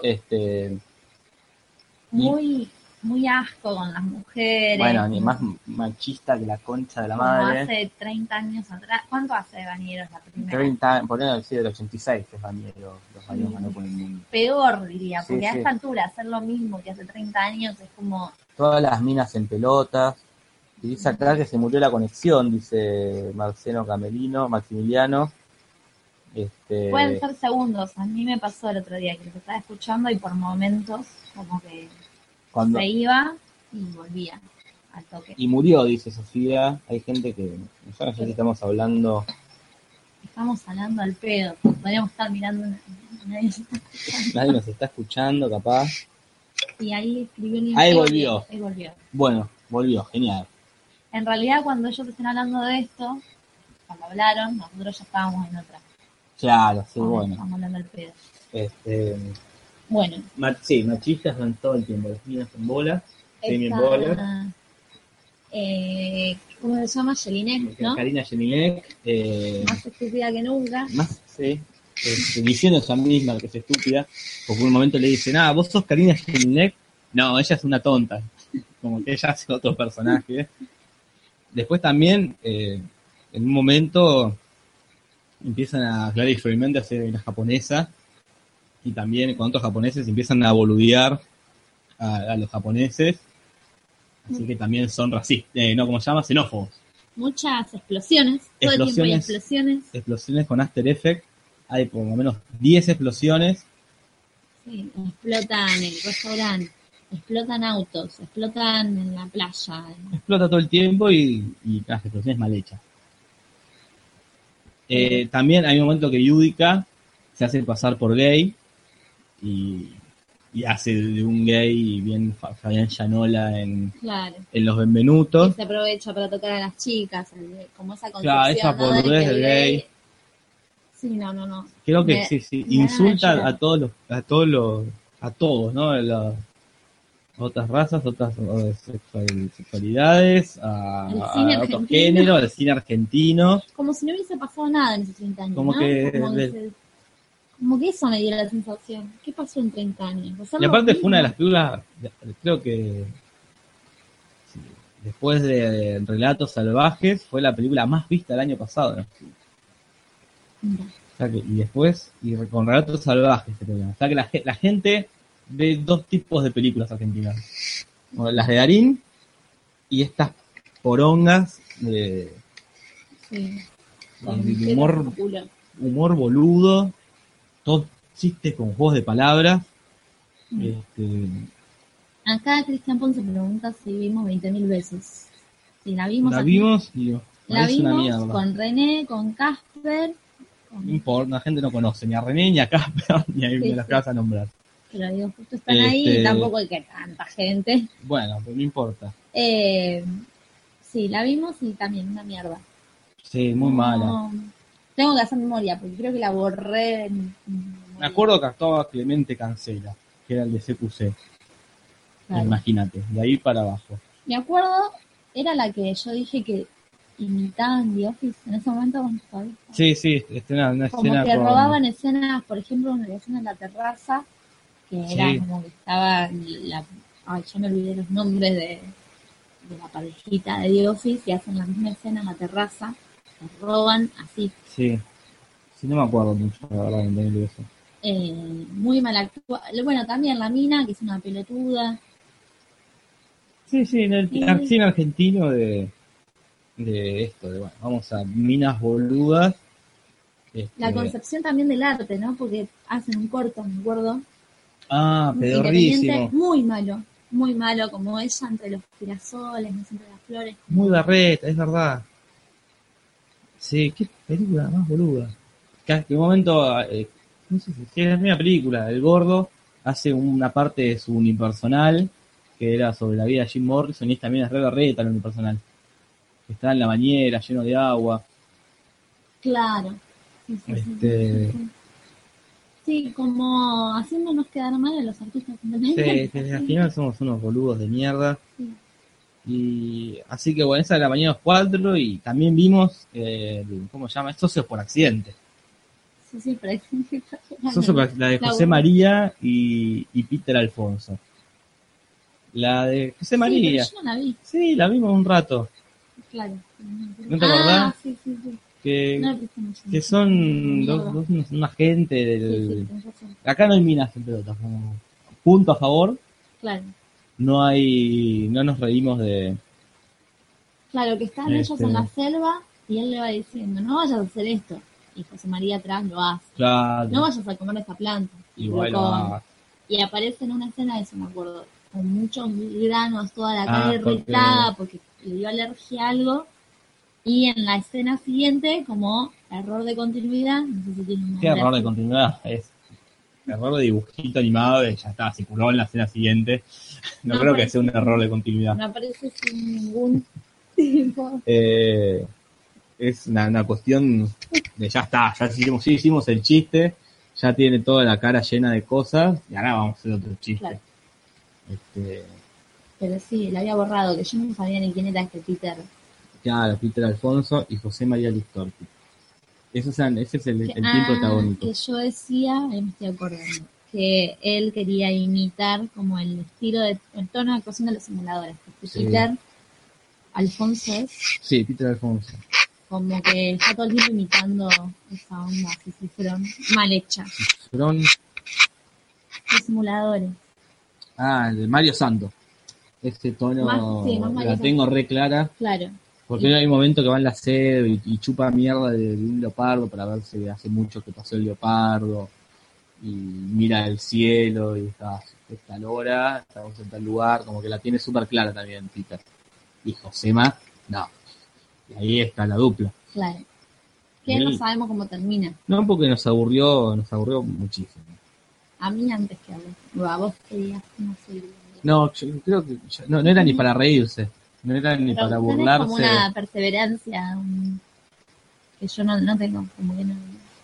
muy asco con las mujeres. bueno, ni más machista que la concha de la como madre. hace 30 años atrás. ¿Cuánto hace Bañeros la primera? 30, poner sí, del 86, que es Bañero, los años ganó por el mundo. Peor, diría, porque a Sí. esta altura hacer lo mismo que hace 30 años es como... Todas las minas en pelotas. Y dice acá que se murió la conexión, dice Maximiliano. Pueden ser segundos. A mí me pasó el otro día que lo estaba escuchando y por momentos como que cuando se iba y volvía al toque. y murió, dice Sofía. Hay gente que, yo no sé si estamos hablando. Estamos hablando al pedo. Podríamos estar mirando Nadie nos está escuchando, capaz. y ahí escribió un Ahí volvió. Ahí volvió. Bueno, volvió, genial. En realidad, cuando ellos estén hablando de esto, cuando hablaron, nosotros ya estábamos en otra. Claro, sí, Ahora bueno. estamos hablando al pedo. Bueno. Bueno. Sí, machistas son todo el tiempo. Las minas en bolas, semi en bolas. ¿Cómo se llama? Jelinek, ¿no? Karina Jelinek. Más estúpida que nunca. Más, sí. Diciendo esa misma que es estúpida, porque en un momento le dicen, vos sos Karina Jelinek. No, ella es una tonta. Como que ella hace otro personaje. Después también, en un momento, empiezan a Clara Experimente a hacer una japonesa, y también con otros japoneses empiezan a boludear a los japoneses, así que también son racistas, no, ¿cómo se llama? Xenófobos. Muchas explosiones, todo el tiempo hay explosiones. Explosiones con After Effects, hay por lo menos 10 explosiones. Sí, explotan el restaurante, explotan autos, explotan en la playa. Explota todo el tiempo y las explosiones mal hechas. También hay un momento que Yudica se hace pasar por gay y hace de un gay bien Fabián Llanola en Los Benvenutos. Y se aprovecha para tocar a las chicas, como esa concepción. Claro, esa boludez del gay. Sí, no. Creo que sí. Insulta a todos, ¿no? Las otras razas, otras sexualidades, a otros géneros, al cine argentino. Como si no hubiese pasado nada en esos 30 años, como ¿no? que como que eso me dio la sensación. ¿Qué pasó en 30 años? Y aparte fue una de las películas, creo que después de Relatos Salvajes, fue la película más vista el año pasado, ¿no? O sea que, y después, con Relatos Salvajes, o sea que la gente ve dos tipos de películas argentinas. Las de Darín y estas porongas de humor boludo, todo chistes con juegos de palabras. Acá Cristian Ponce pregunta si vimos 20.000 veces. Si la vimos. La vimos, digo, la vimos una mierda. Con René, con Casper. No importa, la gente no conoce ni a René, ni a Casper, ni a las que vas a nombrar. Pero digo, justo están ahí y tampoco hay que tanta gente. Bueno, pues no importa. Sí, la vimos y también una mierda. Sí, muy mala. Tengo que hacer memoria porque creo que la borré. Me acuerdo que actuaba Clemente Cancela, que era el de CQC. Claro. Imagínate, de ahí para abajo. Me acuerdo, era la que yo dije que imitaban The Office en ese momento. Sí, una como escena que robaban escenas, por ejemplo, una escena en la terraza, que era como que estaba ya me olvidé los nombres de la parejita de The Office y hacen la misma escena en la terraza, se roban así. Sí, no me acuerdo mucho, la verdad, de eso. Muy mal actuado. Bueno, también la mina, que es una pelotuda. Sí, en el cine argentino de esto, bueno, vamos a minas boludas. La concepción también del arte, ¿no? Porque hacen un corto, me acuerdo. Pedorrísimo. Muy malo, como ella entre los girasoles, entre las flores. Muy barreta, es verdad. Sí, qué película más boluda. Que en un momento, no sé si es la misma película, el gordo hace una parte de su unipersonal que era sobre la vida de Jim Morrison, y también es re berreta en mi personal. Que está en la bañera, lleno de agua. Claro. Sí, sí, sí, sí, sí. Sí, como haciéndonos quedar mal a los artistas independientes. Sí, al final somos unos boludos de mierda. Sí. Y así que bueno, esa de la mañana 4 y también vimos, ¿cómo se llama? Socios por accidente. Sí, pero La de José María y Peter Alfonso. La de José María. Sí, pero yo no la vi. Sí, la vimos un rato. Claro. ¿No te acordás? Sí, sí, sí. Que son un agente del... Sí, Acá no hay minas en pelotas. Como punto a favor. claro. No nos reímos de... Claro, que están ellos en la selva y él le va diciendo, no vayas a hacer esto. Y José María atrás lo hace. Claro. No vayas a comer esta planta. Igual y aparece en una escena, eso me acuerdo, con muchos granos, toda la cara irritada porque le dio alergia a algo. Y en la escena siguiente, como error de continuidad, no sé si tiene una... ¿Qué error de continuidad? Es error de dibujito animado, ya está, se curó en la escena siguiente. No creo que sea un error de continuidad. No aparece sin ningún tipo. Es una cuestión de ya está, ya hicimos el chiste, ya tiene toda la cara llena de cosas y ahora vamos a hacer otro chiste. Claro. Pero sí, le había borrado, que yo no sabía ni quién era este Peter. Claro, Peter Alfonso y José María Listorti. Ese es el team protagónico. Que yo decía, ahí me estoy acordando, que él quería imitar como el estilo el tono de actuación de los simuladores. Sí. Peter Alfonso es. Sí, Peter Alfonso. Como que está todo el tiempo imitando esa onda, así si fueron mal hecha. Fueron... Los simuladores. El de Mario Santos. Ese tono más la tengo re clara. Claro. Porque hay un momento que va en la sede y chupa mierda de un leopardo para ver si hace mucho que pasó el leopardo. Y mira el cielo y está tal hora, estamos en tal lugar. Como que la tiene súper clara también Peter. Y Josema, no. Y ahí está la dupla. Claro. Que no sabemos cómo termina. No, porque nos aburrió muchísimo. A mí antes que a vos. A vos querías no sé. No, yo creo que no era ni para reírse. No era ni para burlarse. Como una perseverancia que yo no tengo, como que no.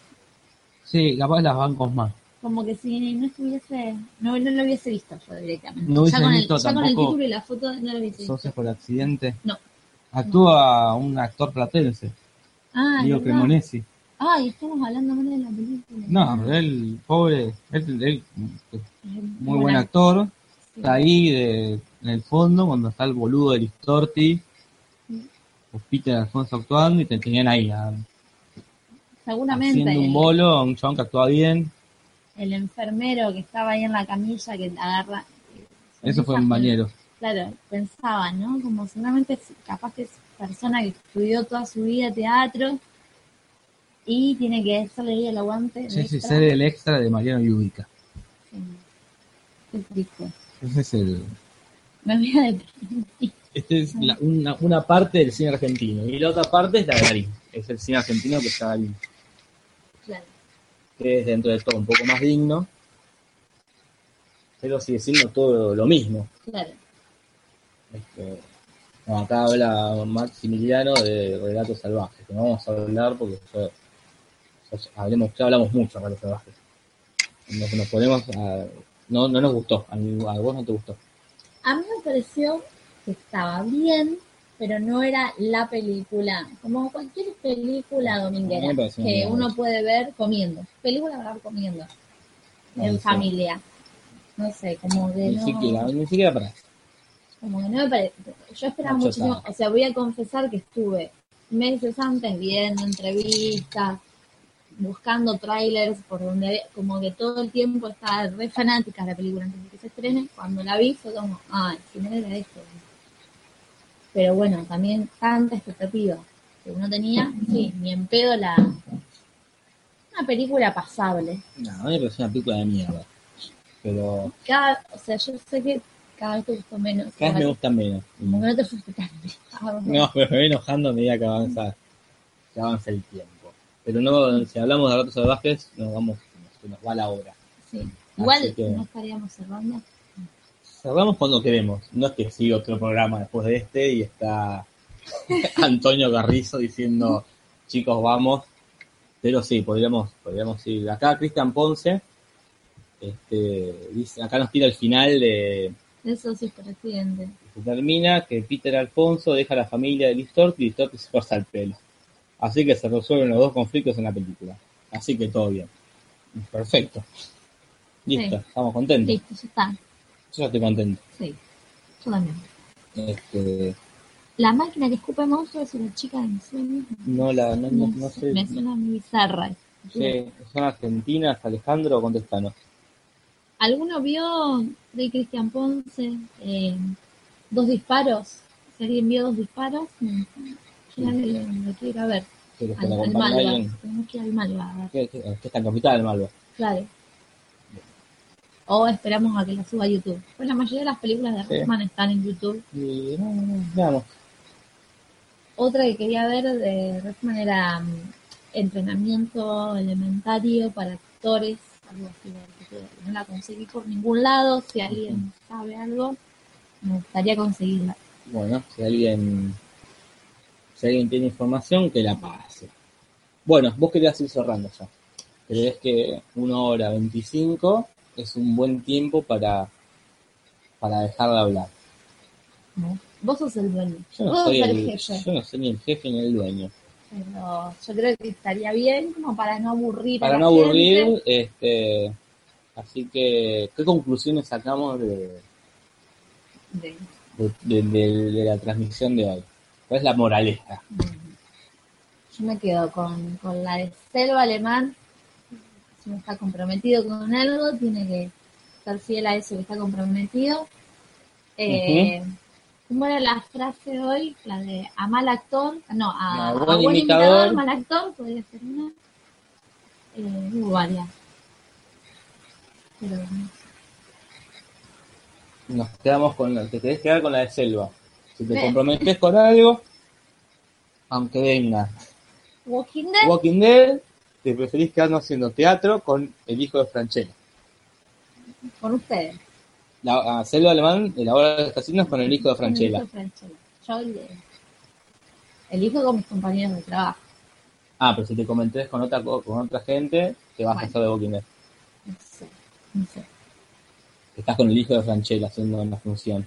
Sí, capaz las bancos más. Como que si no estuviese, no lo hubiese visto yo directamente. No hubiese visto ya con el título y la foto no lo hubiese visto. Socios por accidente. No. Actúa un actor platense. Diego Cremonesi. Y estamos hablando mal de la película. No, pero él, pobre, él muy buen actor. Sí. Está ahí en el fondo cuando está el boludo de Listorti. Sí. O Peter Alfonso actuando y te tenían ahí seguramente haciendo un bolo a un chabón que actúa bien. El enfermero que estaba ahí en la camilla que agarra. Eso fue un bañero. Claro, pensaba, ¿no? Como seguramente capaz que es persona que estudió toda su vida teatro y tiene que hacerle ahí el aguante. Sí, ser el extra de Mariano Yudica. Sí. Qué triste. Ese es el... Me voy a deprimir. Esta es una parte del cine argentino y la otra parte es la de Darín. Es el cine argentino que está Darín. Claro. Que es dentro de todo un poco más digno, pero sigue siendo todo lo mismo. Claro. Acá habla Maximiliano de Relatos Salvajes, que no vamos a hablar porque ya hablamos mucho de Relatos Salvajes. Nos ponemos no nos gustó, a vos no te gustó. A mí me pareció que estaba bien, pero no era la película, como cualquier película dominguera que uno puede ver comiendo. Película para ver comiendo. En familia. No sé, como que ni siquiera para eso. Como que no me parece. Yo esperaba muchísimo. O sea, voy a confesar que estuve meses antes viendo entrevistas, buscando trailers por donde como que todo el tiempo estaba re fanática de la película antes de que se estrene. Cuando la vi fue como, si no era esto. Pero bueno, también tanta expectativa que uno tenía, sí, ni en pedo una película pasable. No, a mí me parece una película de mierda. Pero... o sea, yo sé que cada vez te gustó menos. Cada vez me gusta menos. Como que no te fuiste tan bien. No, pero me voy enojando a medida que avanza el tiempo. Pero no, si hablamos de Relatos Salvajes, nos va la hora. Sí. Igual no estaríamos cerrando. cerramos cuando queremos. No es que siga otro programa después de este y está Antonio Carrizo diciendo, chicos, vamos. Pero sí, podríamos ir. Acá Cristian Ponce dice, acá nos tira el final de... Eso sí, presidente. Se termina que Peter Alfonso deja a la familia de Liz Torp y Liz Torp se corta el pelo. Así que se resuelven los dos conflictos en la película. Así que todo bien. Perfecto. Listo, Sí. estamos contentos. Listo, ya está. Yo ya estoy contento. Sí, yo también. Este, La máquina que escupe monstruos es una chica de mis sueños. no sé. Me suena muy bizarra. Sí, son argentinas, Alejandro, contéstanos. ¿Alguno vio de Cristian Ponce Dos Disparos? Si alguien vio Dos Disparos, yo lo quiero ir a ver. ¿Quieres que la Al acompañe Malva. alguien? Tenemos que ir al Malva a ver. ¿Qué está en Capital del Malva? Claro. O esperamos a que la suba a YouTube. Pues la mayoría de las películas de Sí. Rockman están en YouTube. Y veamos. Otra que quería ver de Rockman era Entrenamiento Elementario para Actores, algo así. Que no la conseguí por ningún lado. Si alguien sabe algo, me gustaría conseguirla. Bueno, si alguien tiene información, que la pase. Bueno, vos querías ir cerrando ya. ¿Crees que 1:25 es un buen tiempo para dejar de hablar? ¿No? Vos sos el dueño. Yo no Vos soy sos el jefe. yo no soy ni el jefe ni el dueño. Pero yo creo que estaría bien como para no aburrir a Para la no aburrir, gente. así que, ¿qué conclusiones sacamos de la transmisión de hoy? ¿Cuál es la moraleja? Yo me quedo con la de Selva Alemán. Si uno está comprometido con algo, tiene que estar fiel a eso que está comprometido. ¿Cómo era la frase hoy? La de a mal actor, no, a buen imitador, mal actor, podría ser una. Hubo varias. Pero Nos quedamos te querés quedar con la de Selva. Si te comprometes con algo, aunque venga Walking Dead, te preferís quedarnos haciendo teatro con El hijo de Francella. con ustedes. La Selva Alemán, de la hora de los casinos, con El hijo de Francella. Yo elijo con mis compañeros de trabajo. Ah, pero si te comprometes con otra gente, te vas a hacer de Walking Dead. No sé. Estás con El hijo de Francella haciendo una función.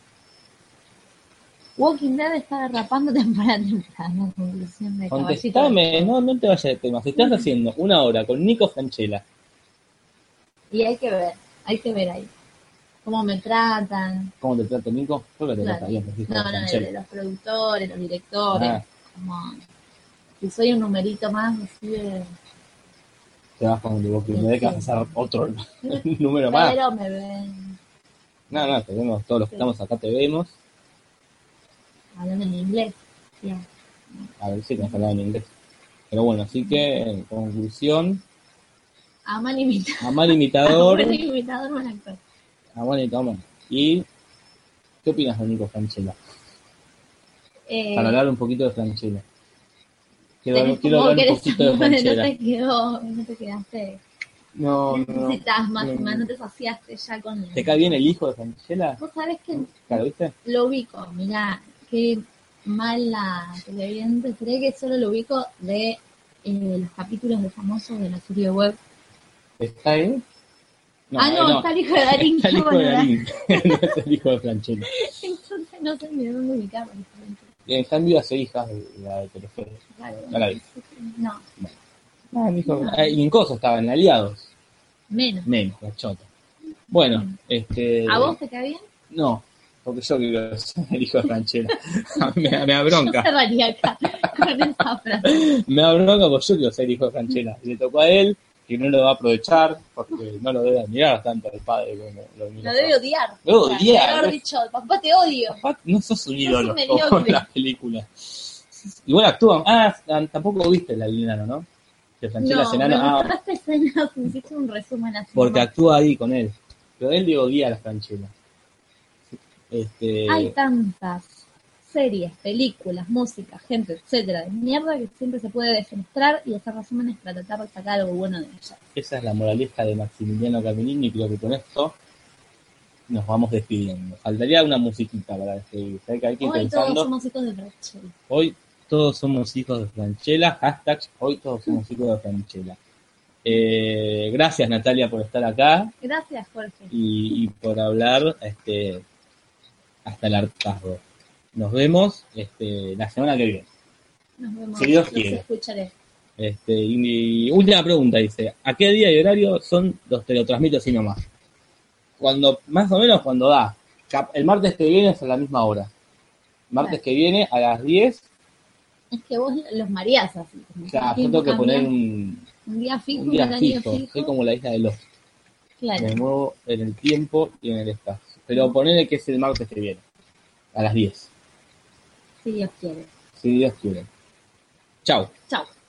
Walking Dead está derrapando temporada a temporada. Conclusión de Contestame, no te vayas de tema. Si estás haciendo 1 hora con Nico Francella. Y hay que ver ahí. Cómo me tratan. ¿Cómo te trata Nico? Creo que te trata bien. De los productores, los directores. Como, si soy un numerito más, así de... Te vas con The Walking Dead, que vas a hacer otro número más. Pero me ven. No, te vemos, todos los que estamos acá te vemos. Hablando en inglés. Yeah. A ver si nos hablan en inglés. Pero bueno, así que, en conclusión, A mal imitador. a mal imitador. A buen imitador, mal actor. A buen imitador. ¿Y qué opinas de Nico Francella? Para hablar un poquito de Francella. Quiero hablar un poquito de Francella. No te quedaste. No. Necesitas más, no te saciaste ya con... ¿Te cae bien el hijo de Francella? Vos sabés que Claro, ¿viste? lo ubico, mirá, qué mal la televidente, cree que solo lo ubico de los capítulos de famosos de la serie web. ¿Está ahí? No, está el hijo de Darín. Está el hijo de Darín, no es el hijo de Francella. Entonces no sé ni de dónde ubicarlo. En cambio hace hijas de la de Telefe. No la vi. No. Y en Coso estaban aliados. Menos, la chota. Bueno, ¿a vos te cae bien? No, porque yo quiero ser el hijo de Francella. me da bronca. Yo cerraría acá con esa frase. Me da bronca porque yo quiero ser hijo de Francella. Y le tocó a él, que no lo va a aprovechar, porque no lo debe admirar tanto al padre como lo mira. Lo debe odiar. Lo debe odiar. Haber dicho, papá, te odio. Papá, no sos un ídolo un como en las películas. Igual actúan. Tampoco viste la Linano, ¿no? Que Francella Cenano. No, me mostraste escenas, hiciste un resumen así. Porque actúa ahí con él. Pero él le odia a la Francella. Hay tantas series, películas, música, gente, etcétera, de mierda que siempre se puede defenestrar y hacer resúmenes para tratar de sacar algo bueno de ella. Esa es la moraleja de Maximiliano Caminini, creo que con esto nos vamos despidiendo. Faltaría una musiquita para despedir. Hay que ir Hoy pensando. todos somos hijos de Franchella. Hoy todos somos hijos de Franchella. Hashtag hoy todos somos hijos de Franchella. Gracias Natalia por estar acá Gracias, Jorge. y por hablar hasta el hartazgo. Nos vemos la semana que viene. Nos vemos. Si Dios Los quiere. escucharé. Y última pregunta, dice, ¿a qué día y horario te lo transmito así nomás? Más o menos cuando da. El martes que viene es a la misma hora. Martes Claro. que viene a las 10. Es que vos los mareás así. O sea, yo tengo que poner un día fijo, un día horario fijo. Soy como la isla de Lost. Claro. Me muevo en el tiempo y en el espacio. Pero ponele que es el martes que viene. A las 10. Si Dios quiere. Si Dios quiere. Chau. Chao.